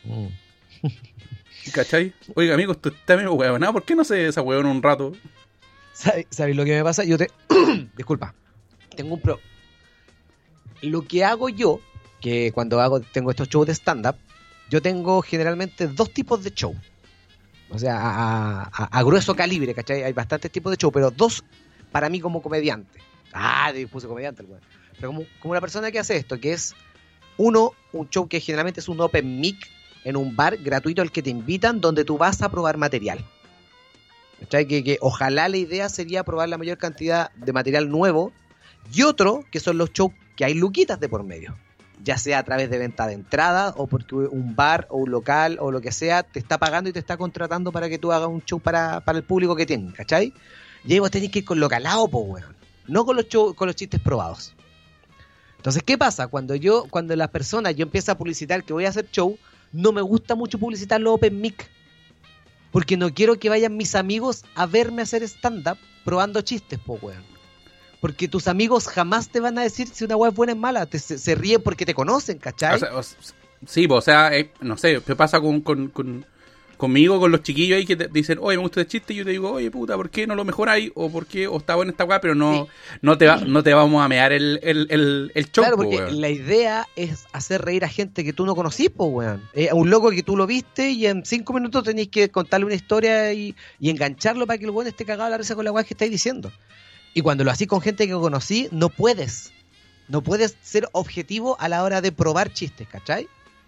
¿cachai? Oiga, amigo, usted está medio huevonado, ¿por qué no se desahuevona un rato? ¿Sabes lo que me pasa? Disculpa. Tengo un Lo que hago yo, que cuando tengo estos shows de stand-up, yo tengo generalmente dos tipos de show. O sea, a grueso calibre, ¿cachai? Hay bastantes tipos de show, pero dos para mí como comediante. Puse comediante el weón. Pero como una persona que hace esto, que es un show que generalmente es un open mic en un bar gratuito al que te invitan, donde tú vas a probar material. ¿Cachai? Que ojalá la idea sería probar la mayor cantidad de material nuevo. Y otro, que son los shows que hay luquitas de por medio. Ya sea a través de venta de entrada o porque un bar o un local o lo que sea te está pagando y te está contratando para que tú hagas un show para el público que tienen, ¿cachai? Y ahí vos tenés que ir con lo calado, pues, weón. No con los chistes probados. Entonces, ¿qué pasa? Cuando las personas, yo empiezo a publicitar que voy a hacer show, no me gusta mucho publicitar los open mic. Porque no quiero que vayan mis amigos a verme hacer stand-up probando chistes, pues, weón. Porque tus amigos jamás te van a decir si una weá es buena o es mala. Se ríen porque te conocen, ¿cachai? Sí, pues, o sea, no sé, ¿qué pasa con conmigo, con los chiquillos ahí que te dicen, oye, me gusta este chiste, y yo te digo, oye, puta, ¿por qué no lo mejoráis? O ¿por qué? O está bueno esta weá, pero no, no te vamos a mear el show, Claro, po, porque weón. la idea es hacer reír a gente que tú no conocís, pues, weón. A un loco que tú lo viste y en 5 minutos tenéis que contarle una historia y engancharlo para que el weón esté cagado a la risa con la weá que estáis diciendo. Y cuando lo hacís con gente que conocí, no puedes. No puedes ser objetivo a la hora de probar chistes, ¿cachai?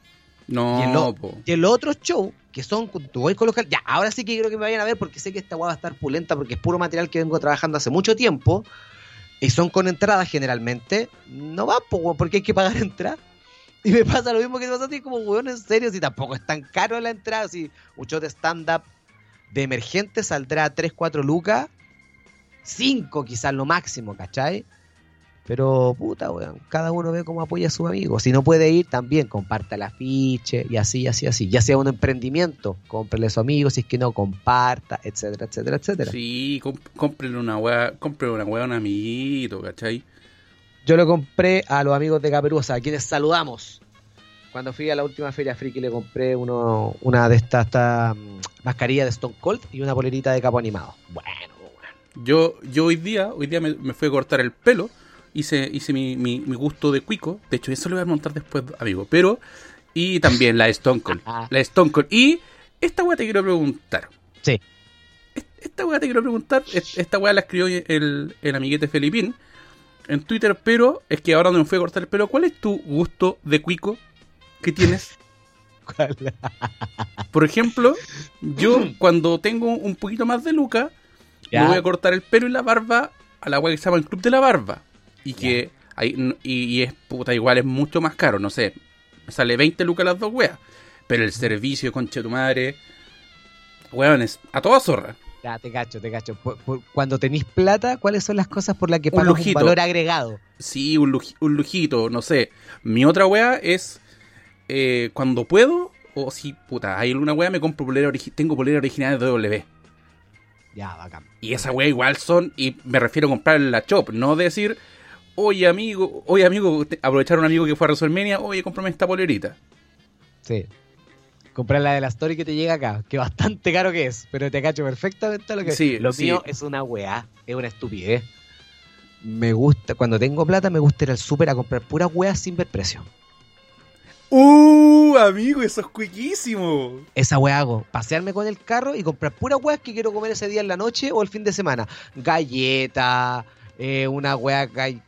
No, po. Y el otro show, que son, tú voy a colocar, ya, ahora sí que quiero que me vayan a ver porque sé que esta weá va a estar pulenta porque es puro material que vengo trabajando hace mucho tiempo y son con entradas generalmente, no va, porque hay que pagar entrada. Y me pasa lo mismo que te pasa a ti, como weón, en serio, si tampoco es tan caro la entrada, si un show de stand-up de emergente saldrá 3, 4 lucas, 5 quizás lo máximo, ¿cachai? Pero, puta, weón, cada uno ve cómo apoya a sus amigos. Si no puede ir, también comparta el afiche y así. Ya sea un emprendimiento, cómprele a su amigo, si es que no, comparta, etcétera, etcétera, etcétera. Sí, cómprenle una weá a un amiguito, ¿cachai? Yo lo compré a los amigos de Caperuza, a quienes saludamos. Cuando fui a la última Feria Friki le compré una de estas mascarillas de Stone Cold y una polerita de Capo Animado. Bueno. Yo hoy día me fui a cortar el pelo. Hice mi gusto de cuico. De hecho, eso lo voy a montar después, amigo. Pero, y también la Stone Cold. La Stone Cold. Y esta weá te quiero preguntar. Sí. Esta weá te quiero preguntar. Esta weá la escribió el amiguete Felipín en Twitter. Pero es que ahora no me fui a cortar el pelo. ¿Cuál es tu gusto de cuico que tienes? ¿Cuál? Por ejemplo, yo cuando tengo un poquito más de lucas, me voy a cortar el pelo y la barba a la weá que se llama el Club de la Barba. Y que y es puta, igual es mucho más caro, no sé. Me sale 20 lucas las dos weas. Pero el servicio, concha de tu madre, weón, es a toda zorra. Ya, te cacho. Cuando tenís plata, ¿cuáles son las cosas por las que pagas un valor agregado? Sí, un lujito, no sé. Mi otra wea es cuando puedo, o si, puta, hay alguna wea, me compro tengo polera original de W. Ya, bacán. Y esa wea igual son, y me refiero a comprar la Chop, no decir, oye amigo, aprovechar a un amigo que fue a WrestleMania, oye, cómprame esta polerita. Sí. Comprar la de la Story que te llega acá, que bastante caro que es, pero te cacho perfectamente lo que sí, lo mío es una weá, es una estupidez. Me gusta, cuando tengo plata me gusta ir al súper a comprar puras weas sin ver precio. Amigo, eso es cuiquísimo. Esa weá hago, pasearme con el carro y comprar puras weas que quiero comer ese día en la noche o el fin de semana. Galleta, una weá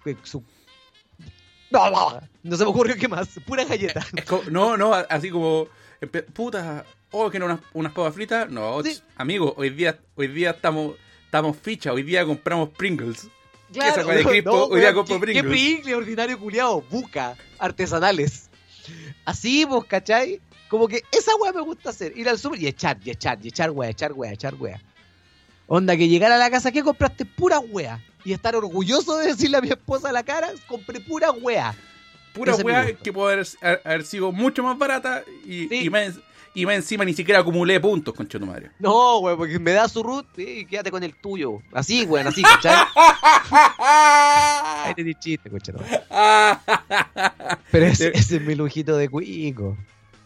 no se me ocurrió qué más, pura galleta. No, así como puta, que no unas papas fritas. No, sí. Amigo, hoy día estamos ficha, hoy día compramos Pringles. Claro, hoy día compro Pringles. ¿Qué Pringles, ordinario culiao? Buca, artesanales. Así vos, ¿cachai? Como que esa weá me gusta hacer, ir al súper y echar weá. Onda, que llegar a la casa, ¿qué compraste? Pura weá. Y estar orgulloso de decirle a mi esposa a la cara, compré pura weá. Pura weá que puede haber sido mucho más barata y más encima ni siquiera acumulé puntos, concha tu madre. No, weón, porque me da su root y quédate con el tuyo. Así, weón, así, ¿cachai? Ahí te di chiste, concha tu madre. Pero ese es mi lujito de cuico.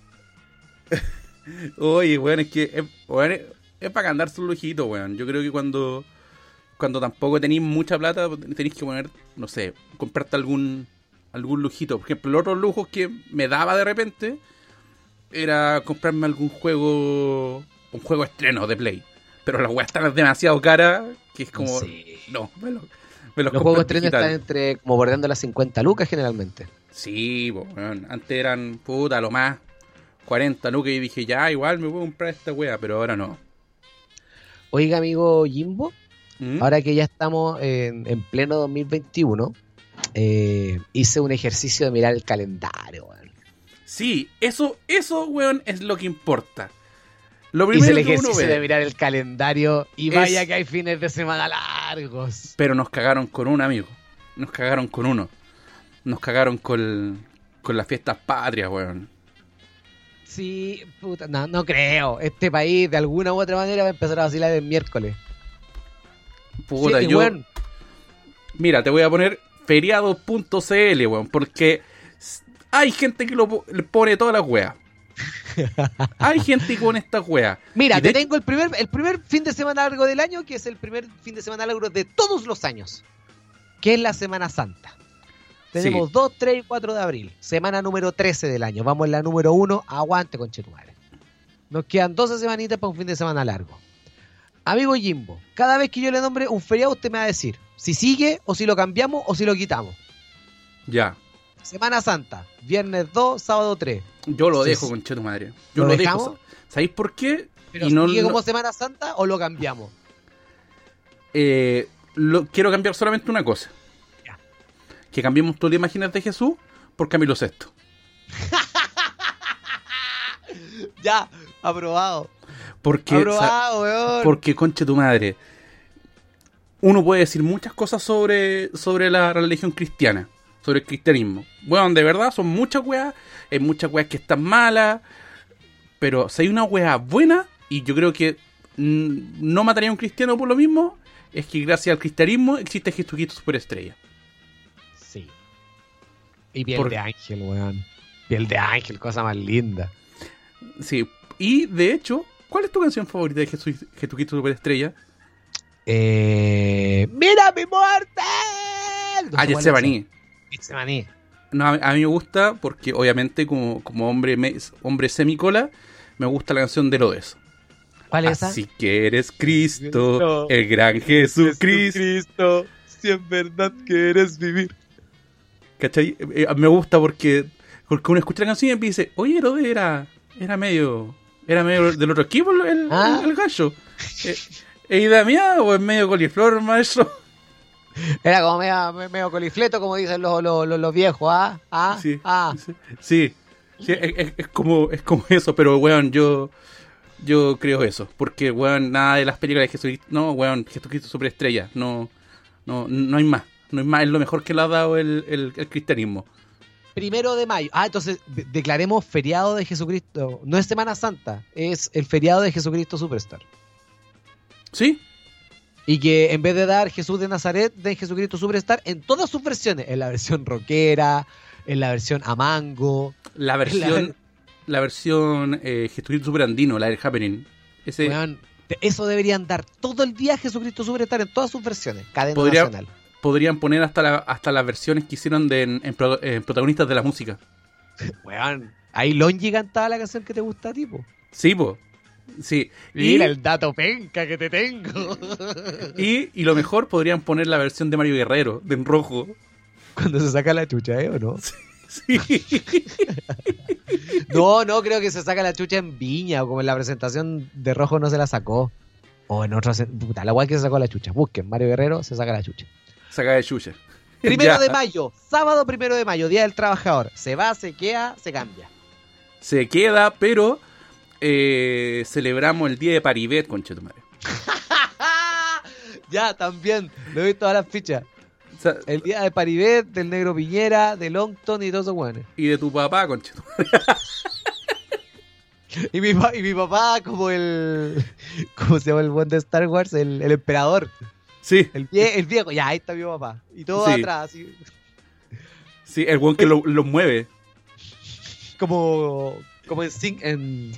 Oye, weón, es que es para andarse un lujito, weón. Yo creo que cuando tampoco tenéis mucha plata, tenéis que poner, no sé, comprarte algún lujito. Por ejemplo, los otros lujos que me daba de repente era comprarme un juego estreno de Play. Pero las weas están demasiado caras que es como... Sí. No, me los juegos estrenos están entre como bordeando las 50 lucas generalmente. Sí, bueno, antes eran puta lo más 40 lucas y dije ya, igual me puedo comprar esta wea, pero ahora no. Oiga, amigo Jimbo, ahora que ya estamos en pleno 2021, hice un ejercicio de mirar el calendario, weón. Sí, eso, weón, es lo que importa. Lo primero hice el que ejercicio uno ve de mirar el calendario y vaya que hay fines de semana largos. Pero nos cagaron con un amigo. Nos cagaron con uno. Nos cagaron con las fiestas patrias, weón. Sí, puta, no creo. Este país de alguna u otra manera va a empezar a vacilar el miércoles. Puta, sí, weón. Mira, te voy a poner feriados.cl, weón, porque hay gente que le pone todas las weas. Hay gente con esta wea. Mira, Y de te tengo el primer fin de semana largo del año, que es el primer fin de semana largo de todos los años, que es la Semana Santa. Tenemos Sí. 2, 3 y 4 de abril, semana número 13 del año. Vamos en la número 1, aguante, conchetumare. Nos quedan 12 semanitas para un fin de semana largo. Amigo Jimbo, cada vez que yo le nombre un feriado, usted me va a decir si sigue, o si lo cambiamos, o si lo quitamos. Ya. Semana Santa, viernes 2, sábado 3. Yo lo Sí, dejo, sí. conche tu madre. Yo ¿Lo lo dejamos? dejo. ¿Sabéis por qué? Pero Y no, ¿sigue no- como Semana Santa o lo cambiamos? quiero cambiar solamente una cosa. Ya. Que cambiemos todas las imágenes de Jesús por Camilo VI. Ya, aprobado. Porque, Aprobado, weón. porque conche tu madre. Uno puede decir muchas cosas sobre la religión cristiana, sobre el cristianismo. Bueno, de verdad son muchas weas, hay muchas weas que están malas, pero si hay una wea buena, y yo creo que no mataría a un cristiano por lo mismo, es que gracias al cristianismo existe Jesucristo Superestrella. Sí. Y piel Por- de ángel, weón. Piel de ángel, cosa más linda. Sí, y de hecho, ¿cuál es tu canción favorita de Jesucristo Superestrella? ¡Mira mi muerte! Ah, Getsemaní. Getsemaní. No, a mí me gusta porque obviamente como hombre hombre semicola, me gusta la canción de Lodes. ¿Cuál es esa? Así que eres Cristo, Cristo, el gran Jesucristo. si en verdad quieres vivir. ¿Cachai? Me gusta porque uno escucha la canción y dice, oye, Herodes era medio del otro equipo el gallo. ¿Es idea mía o es medio coliflor, maestro? Era como medio colifleto, como dicen los viejos, ¿ah? ¿Ah? Sí, ¿Ah? sí, es como eso, pero weón, yo creo eso, porque weón, nada de las películas de Jesucristo, no, weón, Jesucristo Superestrella, no hay más, es lo mejor que le ha dado el cristianismo. 1 de mayo. Ah, entonces declaremos feriado de Jesucristo. No es Semana Santa, es el feriado de Jesucristo Superstar. ¿Sí? Y que en vez de dar Jesús de Nazaret, den Jesucristo Superstar en todas sus versiones. En la versión rockera, en la versión a mango. La versión Jesucristo Superandino, la del Happening. Ese Weón, eso deberían dar todo el día Jesucristo Superstar en todas sus versiones. Cadena Podría- nacional. podrían poner hasta las versiones que hicieron en protagonistas de la música. Weón, ahí Longi cantaba la canción que te gusta a ti, po. Sí, po. Sí. Mira el dato penca que te tengo. Y lo mejor, podrían poner la versión de Mario Guerrero, de En Rojo. Cuando se saca la chucha, ¿o no? Sí. No, creo que se saca la chucha en Viña, o como en la presentación de Rojo no se la sacó. O en otra. Puta, la guay que se sacó la chucha. Busquen, Mario Guerrero se saca la chucha. Saca de chucha. 1 Ya. de mayo, sábado 1 de mayo, Día del Trabajador. Se va, se queda, se cambia. Se queda, pero celebramos el día de Paribet, conchetumare. Ya, también. Lo he visto todas las fichas. O sea, El día de Paribet, del Negro Piñera, de Longton y todos esos weones. y de tu papá, conchetumare. Y mi papá, como el. ¿Cómo se llama el buen de Star Wars? El emperador. Sí, El viejo. Ya, ahí está mi papá. Y todo Sí. atrás, así. sí, el weón que lo mueve. Como en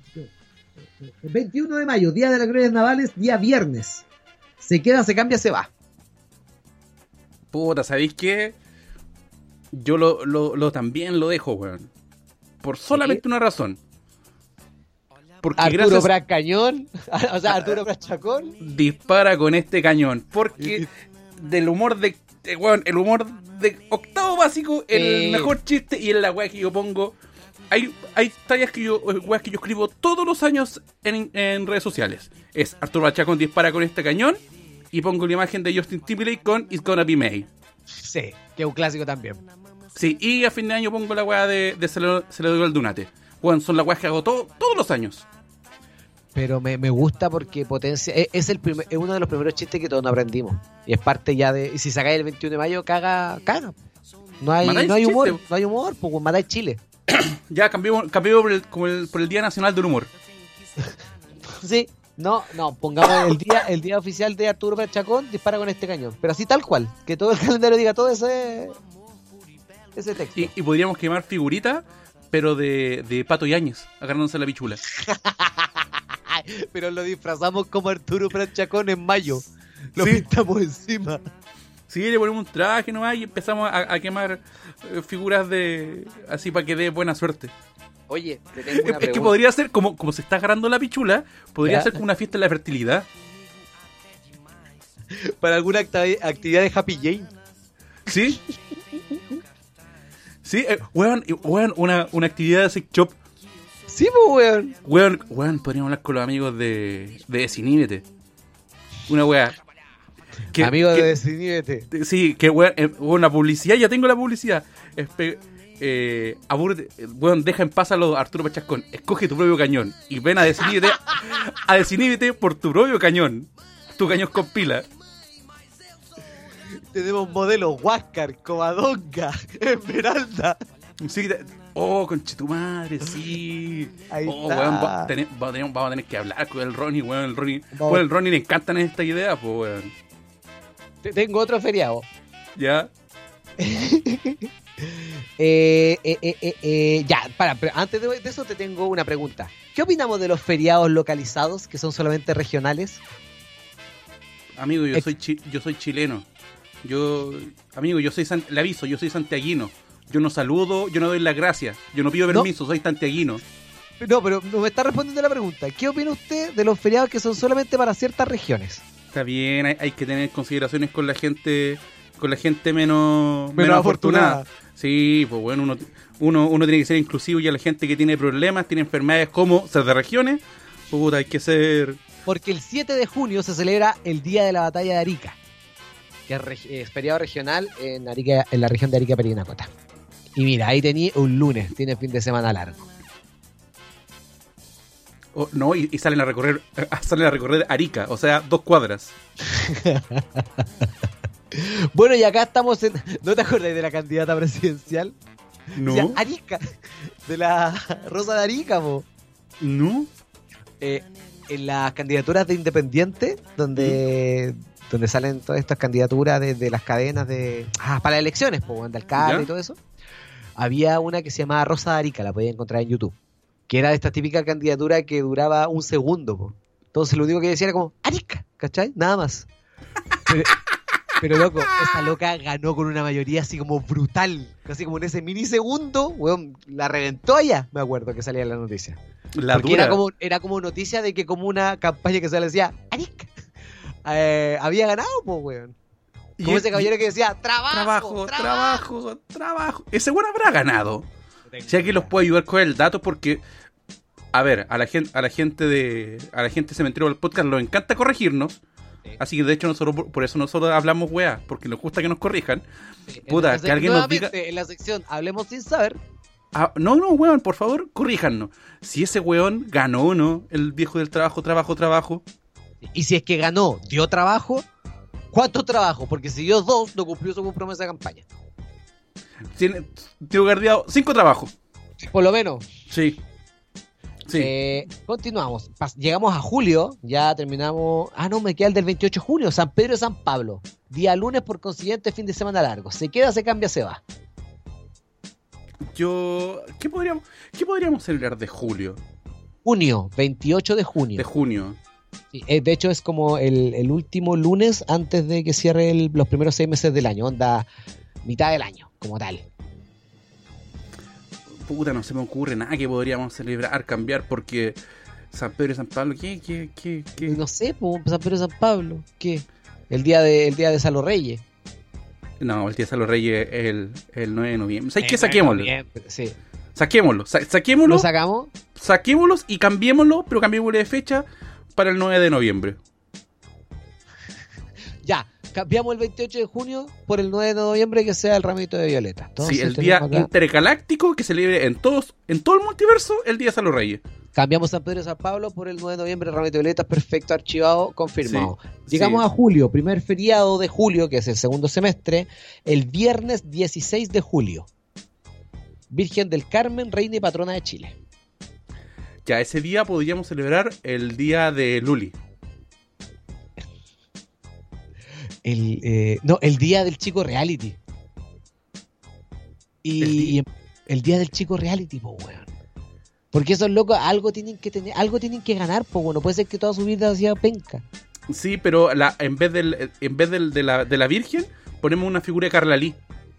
21 de mayo, Día de las Glorias Navales, día viernes. Se queda, se cambia, se va. Puta, ¿sabéis qué? Yo lo también lo dejo, weón. Por solamente una razón. Porque Arturo gracias Prat Cañón, o sea, Arturo Prat Chacón. dispara con este cañón. Porque del humor weón, el humor de octavo básico, el mejor chiste y en la weá que yo pongo. Hay tallas weas que yo escribo todos los años en redes sociales. Es Arturo Prat Chacón dispara con este cañón. Y pongo la imagen de Justin Timberlake con It's Gonna Be May. Sí, que es un clásico también. Sí, y a fin de año pongo la weá de se le dio el Dunate. Bueno, son las weas que hago todos los años. Pero me gusta porque potencia. Es uno de los primeros chistes que todos nos aprendimos. Y es parte ya de. Y si sacáis el 21 de mayo, caga. No hay Matáis humor. chiste. No hay humor, pues matáis Chile. Ya cambiamos por el Día Nacional del Humor. Sí. No, pongamos el día oficial de Arturo Prat Chacón, dispara con este cañón. Pero así tal cual. Que todo el calendario diga todo ese texto. Y podríamos quemar figuritas pero de Pato Yáñez, agarrándose la pichula. Pero lo disfrazamos como Arturo Prat Chacón en mayo. Lo Sí. pintamos encima. Sí, le ponemos un traje nomás y empezamos a quemar figuras de así para que dé buena suerte. Oye, te tengo una Es que pregunta. podría ser, como se está agarrando la pichula, podría ¿Ya? ser como una fiesta de la fertilidad. Para alguna actividad de Happy Jane. ¿Sí? Sí, weón, una actividad de sex shop. Sí, pues, weón. Weón, podríamos hablar con los amigos de Desiníbete. Una weá. Amigo de Desiníbete. Sí, que weón, la publicidad, ya tengo la publicidad. Weón, deja en paz a los Arturo Pachascón. Escoge tu propio cañón. Y ven a Desiníbete por tu propio cañón. Tu cañón con pila. Tenemos modelos Huáscar, Covadonga, Esmeralda. Sí, conchetumadre, sí. Ahí Oh, está. weón, vamos a tener que hablar con el Ronnie, weón. Vamos. Weón, el Ronnie le encantan esta idea, pues, weón. Tengo otro feriado. ¿Ya? Ya, pero antes de eso te tengo una pregunta. ¿Qué opinamos de los feriados localizados que son solamente regionales? Amigo, yo soy chileno. Amigo, le aviso, yo soy santiaguino. Yo no saludo, yo no doy las gracias. Yo no pido permiso, soy santiaguino. No, pero no me está respondiendo la pregunta. ¿Qué opina usted de los feriados que son solamente para ciertas regiones? Está bien, hay que tener consideraciones con la gente menos Menos afortunada. afortunada. Sí, pues bueno, uno tiene que ser inclusivo y a la gente que tiene problemas, tiene enfermedades como ser de regiones, puta, hay que ser... Porque el 7 de junio se celebra el Día de la Batalla de Arica, que es feriado regional en Arica, en la región de Arica Parinacota. Y mira, ahí tenía un lunes, tiene fin de semana largo. No, y salen a recorrer Arica, o sea, 2 cuadras. Bueno, y acá estamos en... ¿No te acordás de la candidata presidencial? No, Decía, Arica, de la Rosa de Arica, po. no. En las candidaturas de independiente, donde salen todas estas candidaturas de las cadenas para las elecciones, po, de alcalde ¿Ya? y todo eso, había una que se llamaba Rosa de Arica, la podía encontrar en YouTube, que era de esta típica candidatura que duraba un segundo, po. Entonces lo único que decía era como Arica, ¿cachai? Nada más. Pero loco, esa loca ganó con una mayoría así como brutal, casi como en ese minisegundo, weón, la reventó allá, me acuerdo que salía en la noticia. La Porque dura. era como noticia de que como una campaña que se le decía Arica había ganado, pues, weón. Como ese caballero que decía trabajo. Trabajo. Ese weón habrá ganado. Si alguien los puede ayudar con el dato, porque a ver, a la gente Cementerio del Podcast nos encanta corregirnos. Sí. Así que de hecho por eso nosotros hablamos weá, porque nos gusta que nos corrijan. Puta, Entonces, que alguien nos diga. nuevamente, en la sección Hablemos sin saber. No, weón, por favor, corríjanos. Si ese weón ganó o no, el viejo del trabajo. Y si es que ganó, dio trabajo, ¿cuántos trabajos? Porque si dio 2, no cumplió su promesa de campaña. Tiene guardiado 5 trabajos. Por lo menos. Sí. Continuamos. Llegamos a julio, ya terminamos. No, me queda el del 28 de junio, San Pedro de San Pablo. Día lunes, por consiguiente, fin de semana largo. Se queda, se cambia, se va. ¿Qué podríamos celebrar de julio? Junio, 28 de junio. De junio. Sí, de hecho, es como el último lunes antes de que cierre los primeros 6 meses del año. Onda, mitad del año, como tal. Puta, no se me ocurre nada que podríamos celebrar, cambiar, porque San Pedro y San Pablo, ¿qué? No sé, pues, San Pedro de San Pablo. ¿Qué? El día de San Los Reyes. No, el día de los Reyes es el 9 de noviembre. ¿Sabes qué? Saquémoslo. Sí. Saquémoslo. ¿Lo sacamos? Saquémoslos y cambiémoslo, pero cambiémosle de fecha para el 9 de noviembre. Ya, cambiamos el 28 de junio por el 9 de noviembre, que sea el ramito de violeta. Entonces, Sí, el día tenemos acá- intergaláctico que celebre en todo el multiverso el día de San los Reyes. Cambiamos San Pedro de San Pablo por el 9 de noviembre, el ramito de violeta, perfecto, archivado, confirmado. Sí, Llegamos sí. a julio, primer feriado de julio, que es el segundo semestre, el viernes 16 de julio. Virgen del Carmen, reina y patrona de Chile. Ya, ese día podríamos celebrar el día de Luli. El día del chico reality. El día- El día del chico reality, po, weón. Porque esos locos algo tienen que tener, algo tienen que ganar, po, weón. No puede ser que toda su vida ha sido penca. Sí, pero en vez de la Virgen, ponemos una figura de Carla Lee.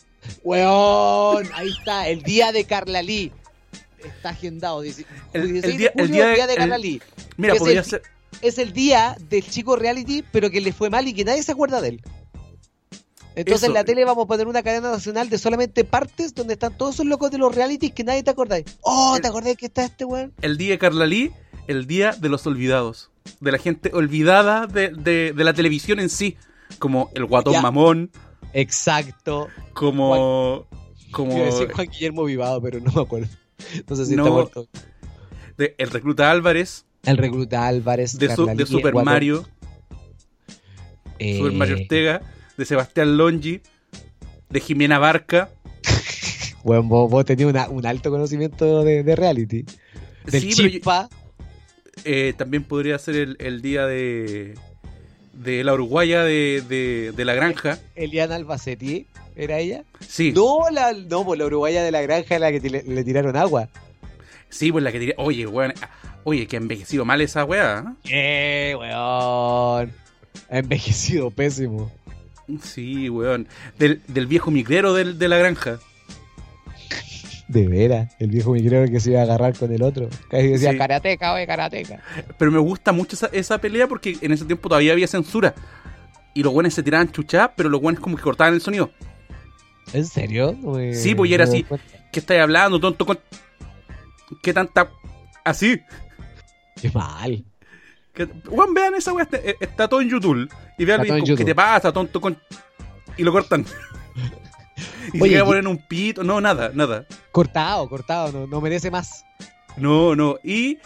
Weón, ahí está, el día de Carla Lee. Está agendado. Dice, El 16 día- de el julio, día- de Carla el- Lee. Mira, Es podría el- ser... Es el día del chico reality, pero que le fue mal y que nadie se acuerda de él. Entonces Eso. en la tele vamos a poner una cadena nacional de solamente partes donde están todos esos locos de los realities que nadie te acordáis. Oh, ¿te acordás que está este weón? El día de Carla Lee, el día de los olvidados. De la gente olvidada de la televisión en sí. Como el Guatón Ya. Mamón, Exacto. como... Iba a decir Juan Guillermo Vivado, pero no me acuerdo. No sé si No. está muerto. el Recluta Álvarez, El Recluta Álvarez, de Carla Lee, Super Guatón, Mario, Super Mario Ortega, de Sebastián Longi, de Jimena Barca. Weón, vos tenías un alto conocimiento de reality. Del Sí, pero Chispa. también podría ser el día de la uruguaya de la granja. Eliana Albacete, ¿era ella? Sí, No, pues la uruguaya de la granja es la que le tiraron agua. sí, pues la que diría, oye, weón, oye, que ha envejecido mal esa weá. Weón. Ha envejecido pésimo. Sí, weón. Del viejo migrero de la granja. De veras, el viejo migrero que se iba a agarrar con el otro. Casi decía, Sí. karateca, oye, karateca. Pero me gusta mucho esa pelea porque en ese tiempo todavía había censura. Y los buenos se tiraban chuchas, pero los buenos como que cortaban el sonido. ¿En serio? Sí, pues, y era así. ¿Qué estáis hablando, tonto? ¿Qué tanta...? Así. Qué mal. Weón, vean esa weá, está todo en YouTube. Y vean Está todo en ¿qué YouTube. te pasa, tonto? Y lo cortan. Y Oye, se queda y- poner un pito. No, nada. Cortado, no merece más. No. Y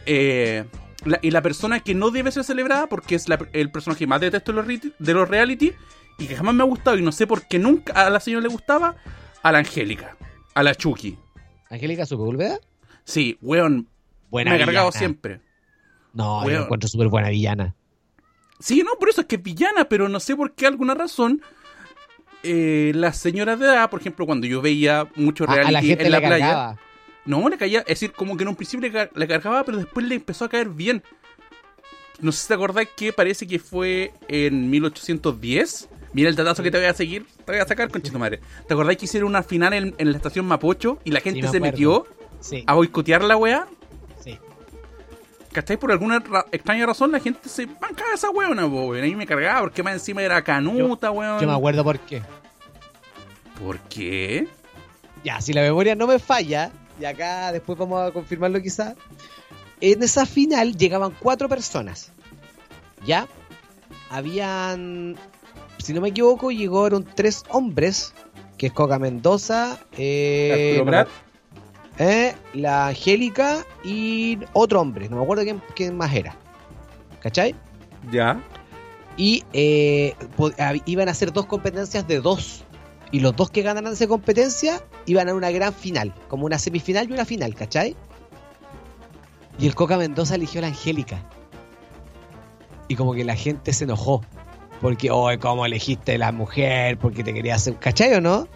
la persona que no debe ser celebrada, porque es el personaje más detesto de los reality, y que jamás me ha gustado, y no sé por qué nunca a la señora le gustaba, a la Angélica, a la Chucky. Angélica Sepúlveda. Sí, weón, Buena me ha cargado villana. siempre. No, yo Weón. la encuentro súper buena villana. Sí, no, por eso es que es villana, pero no sé por qué, alguna razón, las señoras de edad, por ejemplo, cuando yo veía mucho reality A la gente en la le playa, cargaba. no, le caía, es decir, como que en un principio le cargaba, pero después le empezó a caer bien. No sé si te acordás que parece que fue en 1810. Mira el datazo que te voy a seguir, te voy a sacar, conchito madre. ¿Te acordás que hicieron una final en la estación Mapocho y la gente me se acuerdo. metió Sí, a boicotear la weá? sí. ¿Cachai? Por alguna extraña razón la gente se bancaba esa weona, weón. A mí me cargaba porque más encima era canuta, weón. Yo me acuerdo por qué. ¿Por qué? Ya, si la memoria no me falla, y acá después vamos a confirmarlo quizá, en esa final llegaban 4 personas. ¿Ya? Habían, si no me equivoco, llegaron 3 hombres, que es Coca Mendoza, Arturo Prat. la Angélica y otro hombre, no me acuerdo quién más era. ¿Cachai? Ya. Y iban a hacer 2 competencias de 2. Y los 2 que ganaran esa competencia iban a una gran final, como una semifinal y una final, ¿cachai? Y el Coca Mendoza eligió a la Angélica. Y como que la gente se enojó. Porque, ¿cómo elegiste a la mujer? Porque te quería hacer... ¿Cachai o no?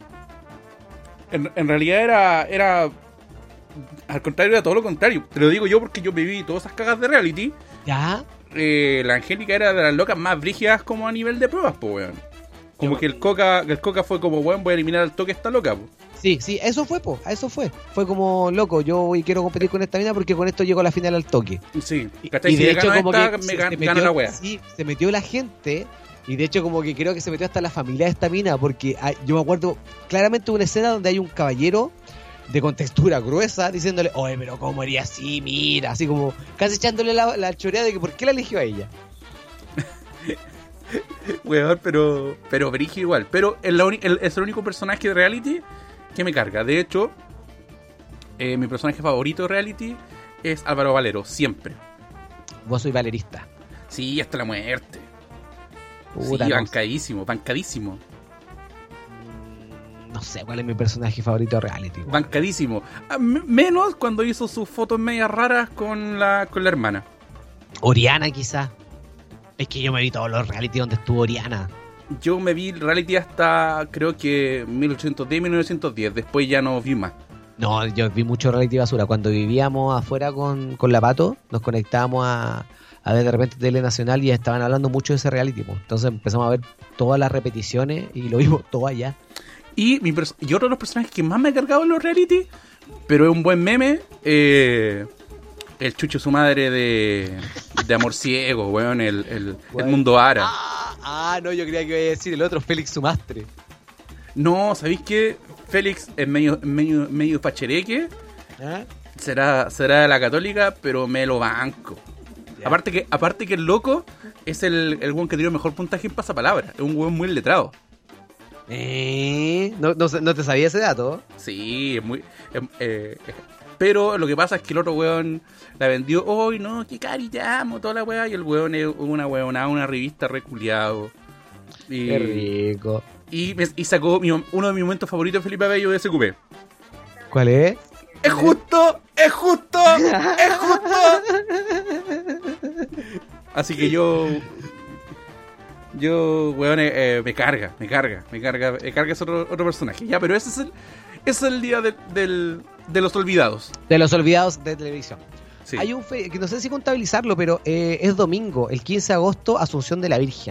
En realidad era al contrario, era todo lo contrario. Te lo digo yo porque yo viví todas esas cagas de reality. ¿Ya? La Angélica era de las locas más brígidas como a nivel de pruebas, po, weón. Como que el Coca fue como, weón, voy a eliminar al toque a esta loca, po. Sí, eso fue, po. A eso fue. Fue como, loco, yo voy quiero competir con esta mina porque con esto llego a la final al toque. Sí, ¿cachai? Y Si de le hecho gano como a esta, que me se gana metió, la wea. sí, se metió la gente y de hecho como que creo que se metió hasta la familia de esta mina porque yo me acuerdo claramente una escena donde hay un caballero de contextura gruesa diciéndole, oye, pero cómo haría así, mira, así como casi echándole la choreada de que por qué la eligió a ella. Weón, pero brígido igual. Pero es el único personaje de reality que me carga. De hecho, mi personaje favorito de reality es Álvaro Valero, siempre. Vos soy valerista. Sí, hasta la muerte. Puta, Sí, no, bancadísimo. no sé cuál es mi personaje favorito de reality. weón. Bancadísimo. Menos cuando hizo sus fotos medias raras con la hermana. Oriana quizá. Es que yo me vi todos los reality donde estuvo Oriana. Yo me vi reality hasta creo que 1810, 1910. Después ya no vi más. No, yo vi mucho reality basura. Cuando vivíamos afuera con la Pato, nos conectábamos a ver de repente Tele Nacional y estaban hablando mucho de ese reality. Pues. Entonces empezamos a ver todas las repeticiones y lo vimos todo allá. Y otro de los personajes que más me ha cargado en los reality, pero es un buen meme, el Chucho su madre de Amor Ciego, weón, el Mundo Ara. No, yo creía que iba a decir el otro, Félix Sumastre. No, ¿sabéis qué? Félix es medio fachereque. ¿Ah? Será de la Católica, pero me lo banco. Aparte que el loco es el weón que dio mejor puntaje en pasapalabra. Es un weón muy letrado. ¿No te sabía ese dato? Sí, es muy... pero lo que pasa es que el otro weón la vendió. ¡Ay, no! ¡Qué cari, te amo! Toda la weá. Y el weón es una weonada, una revista reculeado. Qué rico. Y sacó uno de mis momentos favoritos de Felipe Abello de SQP. ¿Cuál es? ¡Es justo! ¡Es justo! ¡Es justo! Así que yo, weón, me carga ese otro personaje. Ya, pero ese es el día de los olvidados. De los olvidados de televisión. Sí. Hay que no sé si contabilizarlo, pero es domingo, el 15 de agosto, Asunción de la Virgen.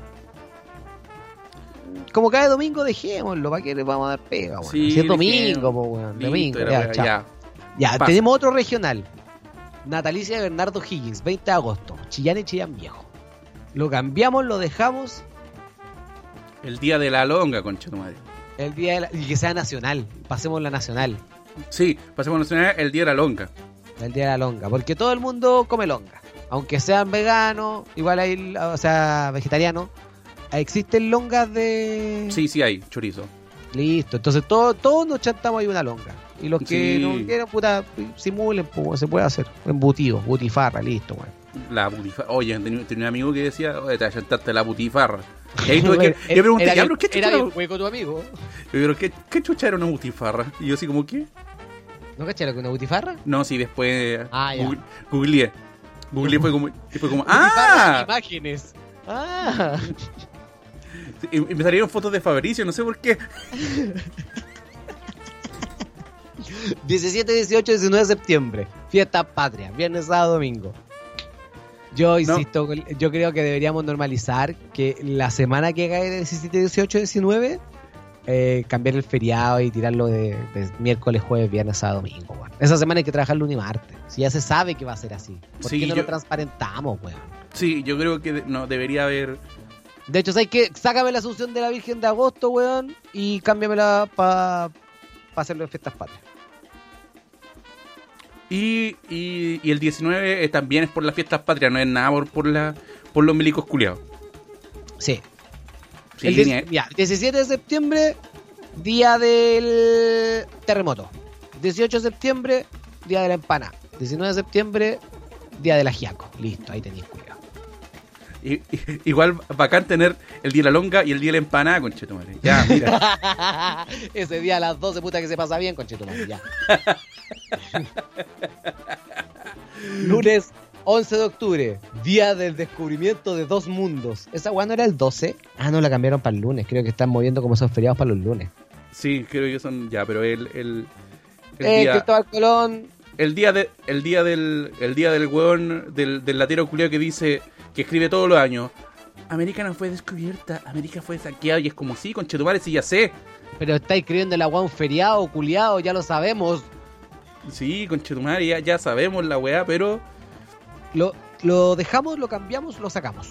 Como cada domingo, dejémoslo, ¿para qué le vamos a dar pega? Bueno? Sí, si es domingo, pues, weón. Domingo, ya, tenemos otro regional. Natalicia de Bernardo Higgins, 20 de agosto. Chillán y Chillán Viejo. Lo cambiamos, lo dejamos. El día de la longa, concha tu madre. El día y que sea nacional. Pasemos la nacional. Sí, pasemos la nacional, el día de la longa. El día de la longa. Porque todo el mundo come longa. Aunque sean veganos, igual hay, o sea, vegetarianos. ¿Existen longas de...? Sí, hay, chorizo. Listo, entonces todos nos chantamos ahí una longa. Y los que no quieren, puta, simulen, pues se puede hacer. Embutido, butifarra, listo, güey. La butifarra. Oye, tenía un amigo que decía, oye, te vas a chantarte la butifarra. Y ahí tuve que... Yo pregunté, pero ¿qué chucha? Era bien hueco tu amigo. Pero ¿qué chucha era una butifarra? Y yo así como, ¿qué? ¿No caché una butifarra? No, sí, después googleé. Googleé fue como ¡ah! Imágenes. ¡Ah! Y me salieron fotos de Fabricio, no sé por qué. 17, 18, 19 de septiembre. Fiesta patria, viernes, sábado, domingo. Yo insisto, yo creo que deberíamos normalizar que la semana que cae de 17, 18, 19, cambiar el feriado y tirarlo de miércoles, jueves, viernes, sábado, domingo. Bueno. Esa semana hay que trabajar lunes y martes. Si ya se sabe que va a ser así. ¿Por qué no lo transparentamos, weón? Sí, yo creo que no debería haber... De hecho, ¿sabes qué? Sácame la Asunción de la Virgen de agosto, weón, y cámbiamela para hacerlo en fiestas patrias. Y el 19 también es por las fiestas patrias, no es nada por los milicos culiados. Sí. El 17 de septiembre, día del terremoto. 18 de septiembre, día de la empanada. 19 de septiembre, día del ajiaco. Listo, ahí tenéis culiado. Igual bacán tener el día de la longa y el día de la empanada, conchetumare. Ya, mira. Ese día a las 12, puta que se pasa bien, conchetumare, ya. Lunes 11 de octubre, día del descubrimiento de dos mundos. ¿Esa weá no era el 12? Ah, no, la cambiaron para el lunes. Creo que están moviendo como esos feriados para los lunes. Sí, creo que son ya, pero el día... Cristóbal Colón... El día del hueón del latero culiao que dice, que escribe todos los años, América no fue descubierta, América fue saqueada, y es como, sí, conchetumare, sí, ya sé. Pero está escribiendo el agua un feriado, culiao, ya lo sabemos. Sí, conchetumare, ya sabemos la weá, pero... Lo dejamos, lo cambiamos, lo sacamos.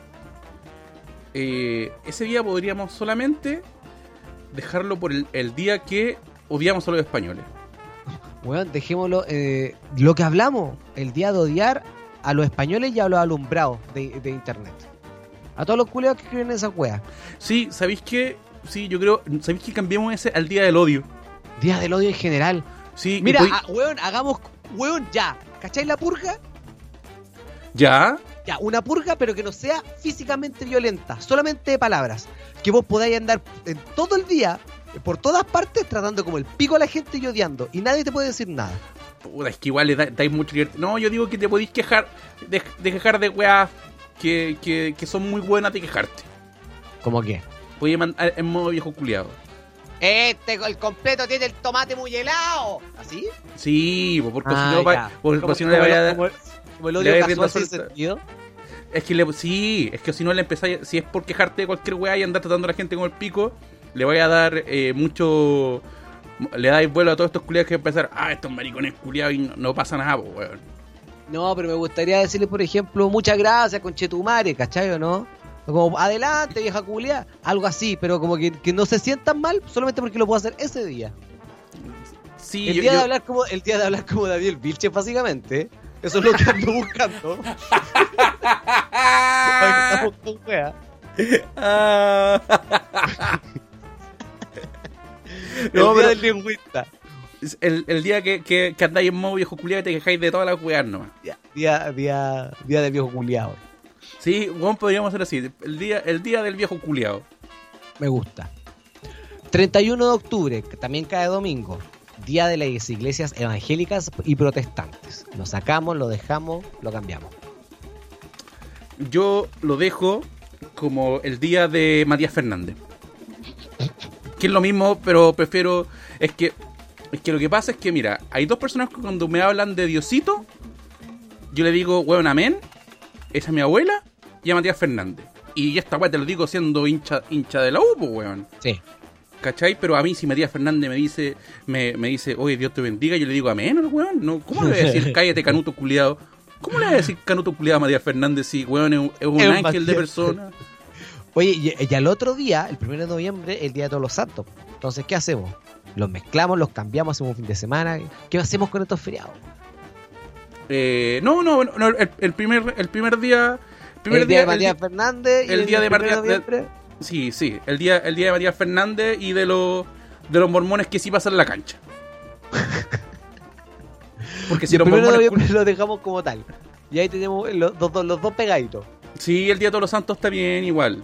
Ese día podríamos solamente dejarlo por el día que odiamos a los españoles. Bueno, dejémoslo, lo que hablamos, el día de odiar a los españoles y a los alumbrados de internet. A todos los culeados que escriben esa wea. Sí, ¿sabéis qué? Sí, yo creo, ¿sabéis que cambiemos ese al día del odio? Día del odio en general. Sí. Mira, weón, hagamos, weón, ya. ¿Cacháis la purga? ¿Ya? Ya, una purga, pero que no sea físicamente violenta, solamente de palabras. Que vos podáis andar en todo el día, por todas partes, tratando como el pico a la gente y odiando. Y nadie te puede decir nada. Puta, es que igual le dais mucho... No, yo digo que te podéis quejar de quejar de weas que son muy buenas de quejarte. ¿Cómo qué? Podía mandar en modo viejo culiado. El completo tiene el tomate muy helado. ¿Así? Sí, porque si no, ya. porque si no le vaya a dar. Como el le odio vaya casual rienda sin suelta. sentido. Es que sí, es que si no le empezáis, si es por quejarte de cualquier weá y andar tratando a la gente con el pico, le vaya a dar mucho. Le dais vuelo a todos estos culiados que empezar, estos maricones culiados y no pasa nada, pues, weón. No, pero me gustaría decirle, por ejemplo, muchas gracias, conchetumare, ¿cachai o no? Como, adelante, vieja culia, algo así, pero como que no se sientan mal solamente porque lo puedo hacer ese día. Sí, El día de hablar como Daniel Vilches, básicamente. Eso es lo que ando buscando. Estamos con wea. No, el día pero del lingüista. el día que andáis en modo viejo culiado y te quejáis de todas las weas nomás. Día del viejo culiado. Sí, bueno, podríamos hacer así. El día del viejo culiado. Me gusta. 31 de octubre, que también cae domingo. Día de las iglesias evangélicas y protestantes. Lo sacamos, lo dejamos, lo cambiamos. Yo lo dejo como el día de Matías Fernández. Que es lo mismo, pero prefiero. Es que lo que pasa es que, mira, hay dos personas que cuando me hablan de Diosito, yo le digo, weón, amén. Esa es mi abuela y a Matías Fernández. Y esta weón te lo digo siendo hincha de la U, pues, weón. Sí. ¿Cachai? Pero a mí si Matías Fernández me dice, oye, Dios te bendiga, yo le digo, amén, weón. No, ¿cómo le voy a decir, cállate, canuto culiado? ¿Cómo le voy a decir canuto culiado a Matías Fernández si, weón, es un ángel Matías. de persona? Oye, y al otro día, el 1 de noviembre, el Día de Todos los Santos. Entonces, ¿qué hacemos? Los mezclamos, los cambiamos, hacemos un fin de semana. ¿Qué hacemos con estos feriados? No, el primer día... El día de Matías Fernández y el día de 1 de Matías... noviembre. Sí, el día de Matías Fernández y de los mormones que sí pasan la cancha. Porque si Y el los 1 de mormones... noviembre lo dejamos como tal. Y ahí tenemos los dos pegaditos. Sí, el día de Todos los Santos está bien igual.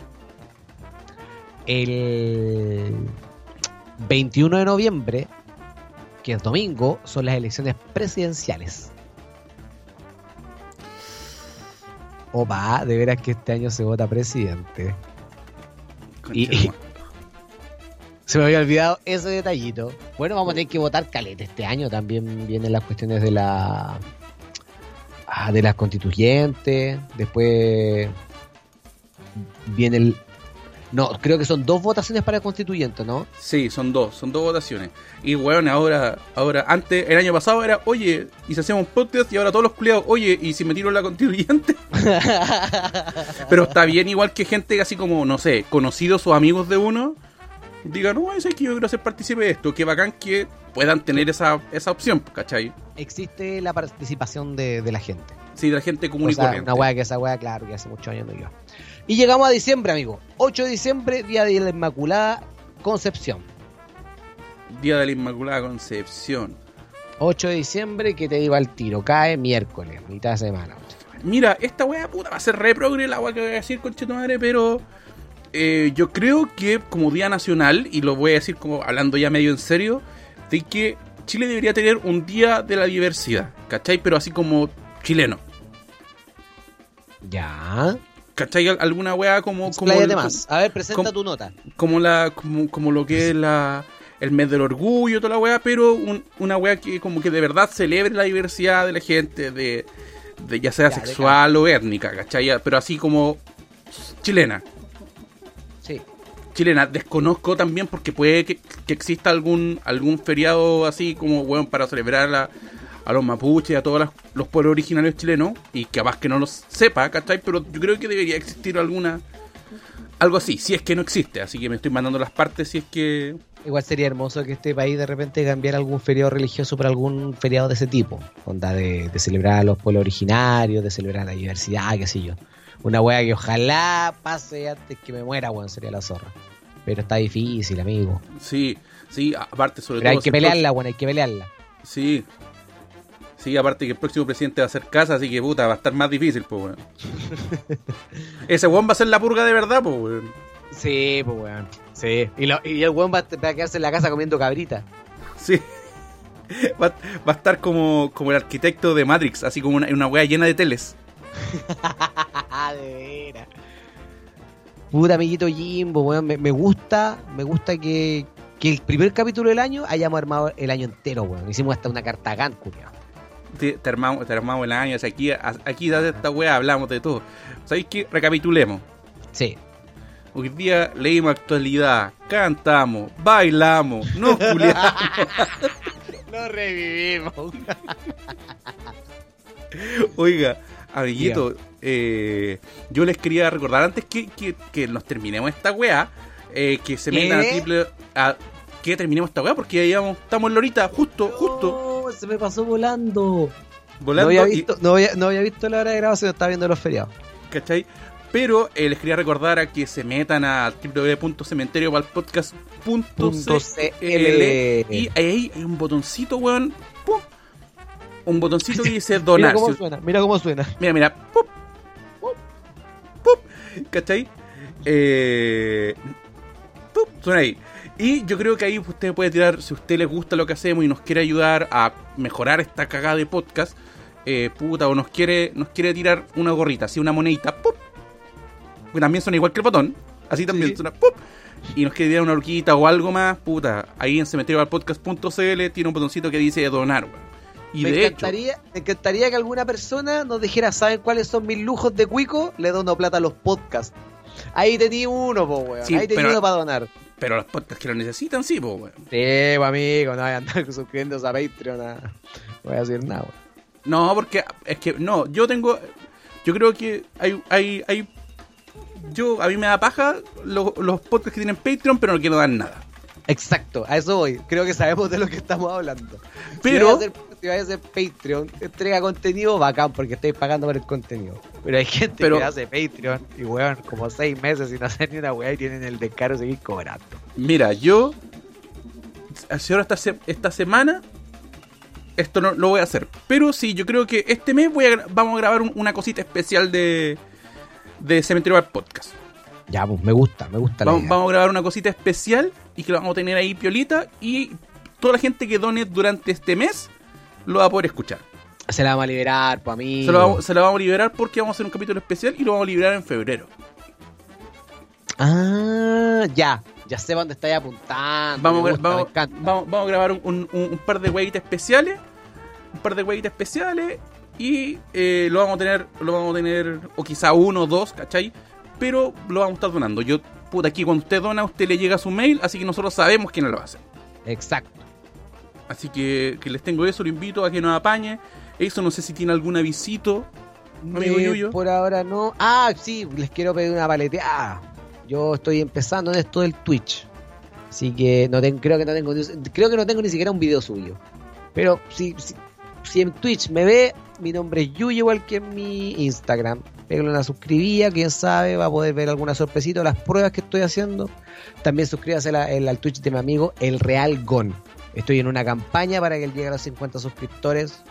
El 21 de noviembre, que es domingo, son las elecciones presidenciales. Opa, de veras que este año se vota presidente. Y se me había olvidado ese detallito. Bueno, vamos a tener que votar caleta este año. También vienen las cuestiones de las constituyentes. Después viene el... No, creo que son 2 votaciones para el constituyente, ¿no? Sí, son dos votaciones. Y bueno, ahora, antes, el año pasado era, oye, y si hacemos un podcast, y ahora todos los culiados, oye, y si me tiro la constituyente. Pero está bien igual que gente así como, no sé, conocidos o amigos de uno, digan, no, es que yo quiero ser partícipe de esto, qué bacán que puedan tener esa opción, ¿cachai? Existe la participación de la gente. Sí, de la gente común y corriente. Una weá que esa weá, claro, que hace muchos años no iba. Y llegamos a diciembre, amigo. 8 de diciembre, día de la Inmaculada Concepción. Día de la Inmaculada Concepción. 8 de diciembre, que te digo al tiro, cae miércoles, mitad de semana. Mira, esta weá puta va a ser re progre la weá que voy a decir, conchetumadre, pero yo creo que como día nacional, y lo voy a decir como hablando ya medio en serio, de que Chile debería tener un día de la diversidad, ¿cachai? Pero así como chileno. Ya. ¿Cachai? Alguna weá como Expláyate más. A ver, presenta tu nota. Como lo que es el mes del orgullo, toda la weá, pero una weá que como que de verdad celebre la diversidad de la gente, de ya sea sexual o étnica, ¿cachai? Pero así como chilena. Sí. Chilena. Desconozco también porque puede que exista algún feriado así como, weón, para celebrar a los mapuches y a todos los pueblos originarios chilenos, y capaz que no los sepa, ¿cachai? Pero yo creo que debería existir algo así, si es que no existe, así que me estoy mandando las partes si es que... Igual sería hermoso que este país de repente cambiara algún feriado religioso por algún feriado de ese tipo, onda de celebrar a los pueblos originarios, de celebrar la diversidad, qué sé yo. Una wea que ojalá pase antes que me muera, weón, sería la zorra. Pero está difícil, amigo. Sí, aparte sobre pero todo... hay que pelearla, weón, hay que pelearla. Sí, aparte que el próximo presidente va a hacer casa, así que puta, va a estar más difícil, pues, weón. Ese weón va a ser la purga de verdad, pues, weón. Sí, pues, weón. Sí. Y el weón va a quedarse en la casa comiendo cabrita. Sí. Va a estar como el arquitecto de Matrix, así como una weá llena de teles. De veras. Puta, amiguito Jimbo, weón, me gusta que el primer capítulo del año hayamos armado el año entero, weón. Hicimos hasta una carta GAN, culiao. Te armamos el año. O sea, aquí de esta weá hablamos de todo. ¿Sabéis qué? Recapitulemos. Sí. Hoy día leímos actualidad, cantamos, bailamos, nos culiamos. Lo revivimos. Oiga, amiguito, yo les quería recordar antes que nos terminemos esta weá, que se metan que terminemos esta weá, porque ya estamos en la horita, justo. Se me pasó volando. No había visto la hora de grabación, estaba viendo los feriados. ¿Cachai? Pero les quería recordar a que se metan a www.cementeriopalpodcast.cl y ahí hay un botoncito, weón. ¡Pum! Un botoncito que dice donar. Mira cómo suena. Mira. ¡Pum! ¡Pum! ¿Cachai? ¡Pum! Suena ahí. Y yo creo que ahí usted puede tirar, si a usted le gusta lo que hacemos y nos quiere ayudar a mejorar esta cagada de podcast, o nos quiere tirar una gorrita, así una monedita, ¡pum! Que también suena igual que el botón, así también suena, ¡pum! Y nos quiere tirar una horquita o algo más, ahí en cementeriopalpodcast.cl tiene un botoncito que dice donar, weón. Y me encantaría que alguna persona nos dijera, ¿saben cuáles son mis lujos de cuico? Le dono plata a los podcasts. Ahí tenía uno, weón. Sí, ahí tenía uno para donar. Pero los podcasts que lo necesitan, sí, weón. Sí, amigo, no voy a andar suscribiéndose a Patreon, no voy a decir nada, weón. No, porque es que, yo creo que hay a mí me da paja los podcasts que tienen Patreon, pero no quiero dar nada. Exacto, a eso voy. Creo que sabemos de lo que estamos hablando. Pero si vais a hacer Patreon, entrega contenido bacán porque estáis pagando por el contenido. Pero hay gente que hace Patreon y weón, como 6 meses sin hacer ni una weá y tienen el descaro de seguir cobrando. Mira, yo ahora esta semana esto no lo voy a hacer. Pero sí, yo creo que este mes vamos a grabar una cosita especial de Cementerio Bar Podcast. Ya, pues me gusta vamos a grabar una cosita especial y que lo vamos a tener ahí piolita, y toda la gente que done durante este mes lo va a poder escuchar. Se la vamos a liberar, pues, amigo. Se la vamos a liberar porque vamos a hacer un capítulo especial y lo vamos a liberar en febrero. Ah, ya sé dónde estáis apuntando. Vamos a grabar un par de huevitas especiales. Y lo vamos a tener, o quizá 1 o 2, ¿cachai? Pero lo vamos a estar donando. Aquí cuando usted dona, a usted le llega su mail, así que nosotros sabemos quién lo va a hacer. Exacto. Así que les tengo eso, lo invito a que nos apañe. Eso, no sé si tiene algún avisito, amigo Yuyo. Por ahora no. Ah, sí, les quiero pedir una paleteada. Yo estoy empezando en esto del Twitch. Así que creo que no tengo ni siquiera un video suyo. Pero si en Twitch me ve, mi nombre es Yuyo, igual que en mi Instagram. Pégale una suscribida, quién sabe, va a poder ver alguna sorpresita de las pruebas que estoy haciendo. También suscríbase al Twitch de mi amigo El Real Gon. Estoy en una campaña para que él llegue a los 50 suscriptores.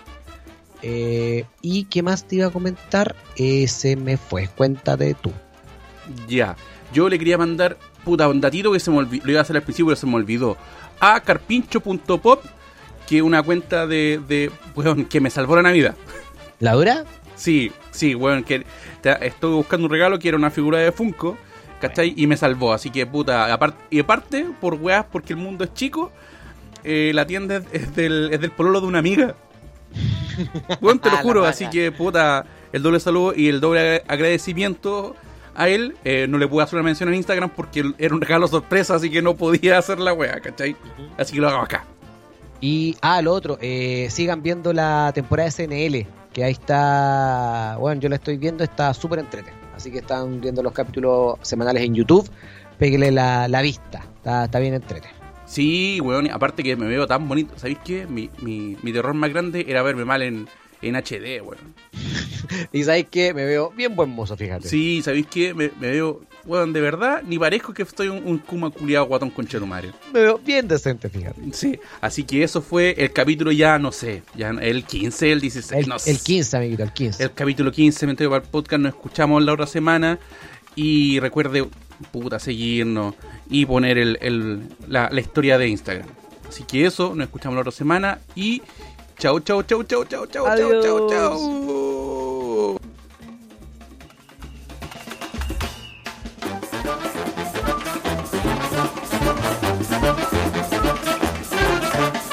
¿Y qué más te iba a comentar? Se me fue, cuéntate tú. Ya, yo le quería mandar un datito que se me olvidó, lo iba a hacer al principio pero se me olvidó. A carpincho.pop, que es una cuenta de que me salvó la Navidad. ¿La dura? Sí, weón, que estuve buscando un regalo que era una figura de Funko, ¿cachai? Y me salvó, así que aparte, por weas, porque el mundo es chico, la tienda es del pololo de una amiga. Weón, te lo juro, así que el doble saludo y el doble agradecimiento a él. No le pude hacer una mención en Instagram porque era un regalo sorpresa, así que no podía hacer la wea, ¿cachai? Así que lo hago acá. Y, lo otro, sigan viendo la temporada de SNL, que ahí está, bueno, yo la estoy viendo, está súper entretenida. Así que están viendo los capítulos semanales en YouTube, péguele la vista, está bien entretenida. Sí, weón, aparte que me veo tan bonito. ¿Sabéis qué? Mi terror más grande era verme mal en HD, weón. Y ¿sabéis qué? Me veo bien buen mozo, fíjate. Sí, ¿sabéis qué? Me veo, weón, de verdad, ni parezco que estoy un Kuma culiado guatón conchetumario. Me veo bien decente, fíjate. Sí, así que eso fue el capítulo ya el 15, el 16, no sé. El 15, amiguito, el 15. El capítulo 15, me entrego para el podcast, nos escuchamos la otra semana. Y recuerde, seguirnos y poner la historia de Instagram. Así que eso, nos escuchamos la otra semana y chao. Adiós.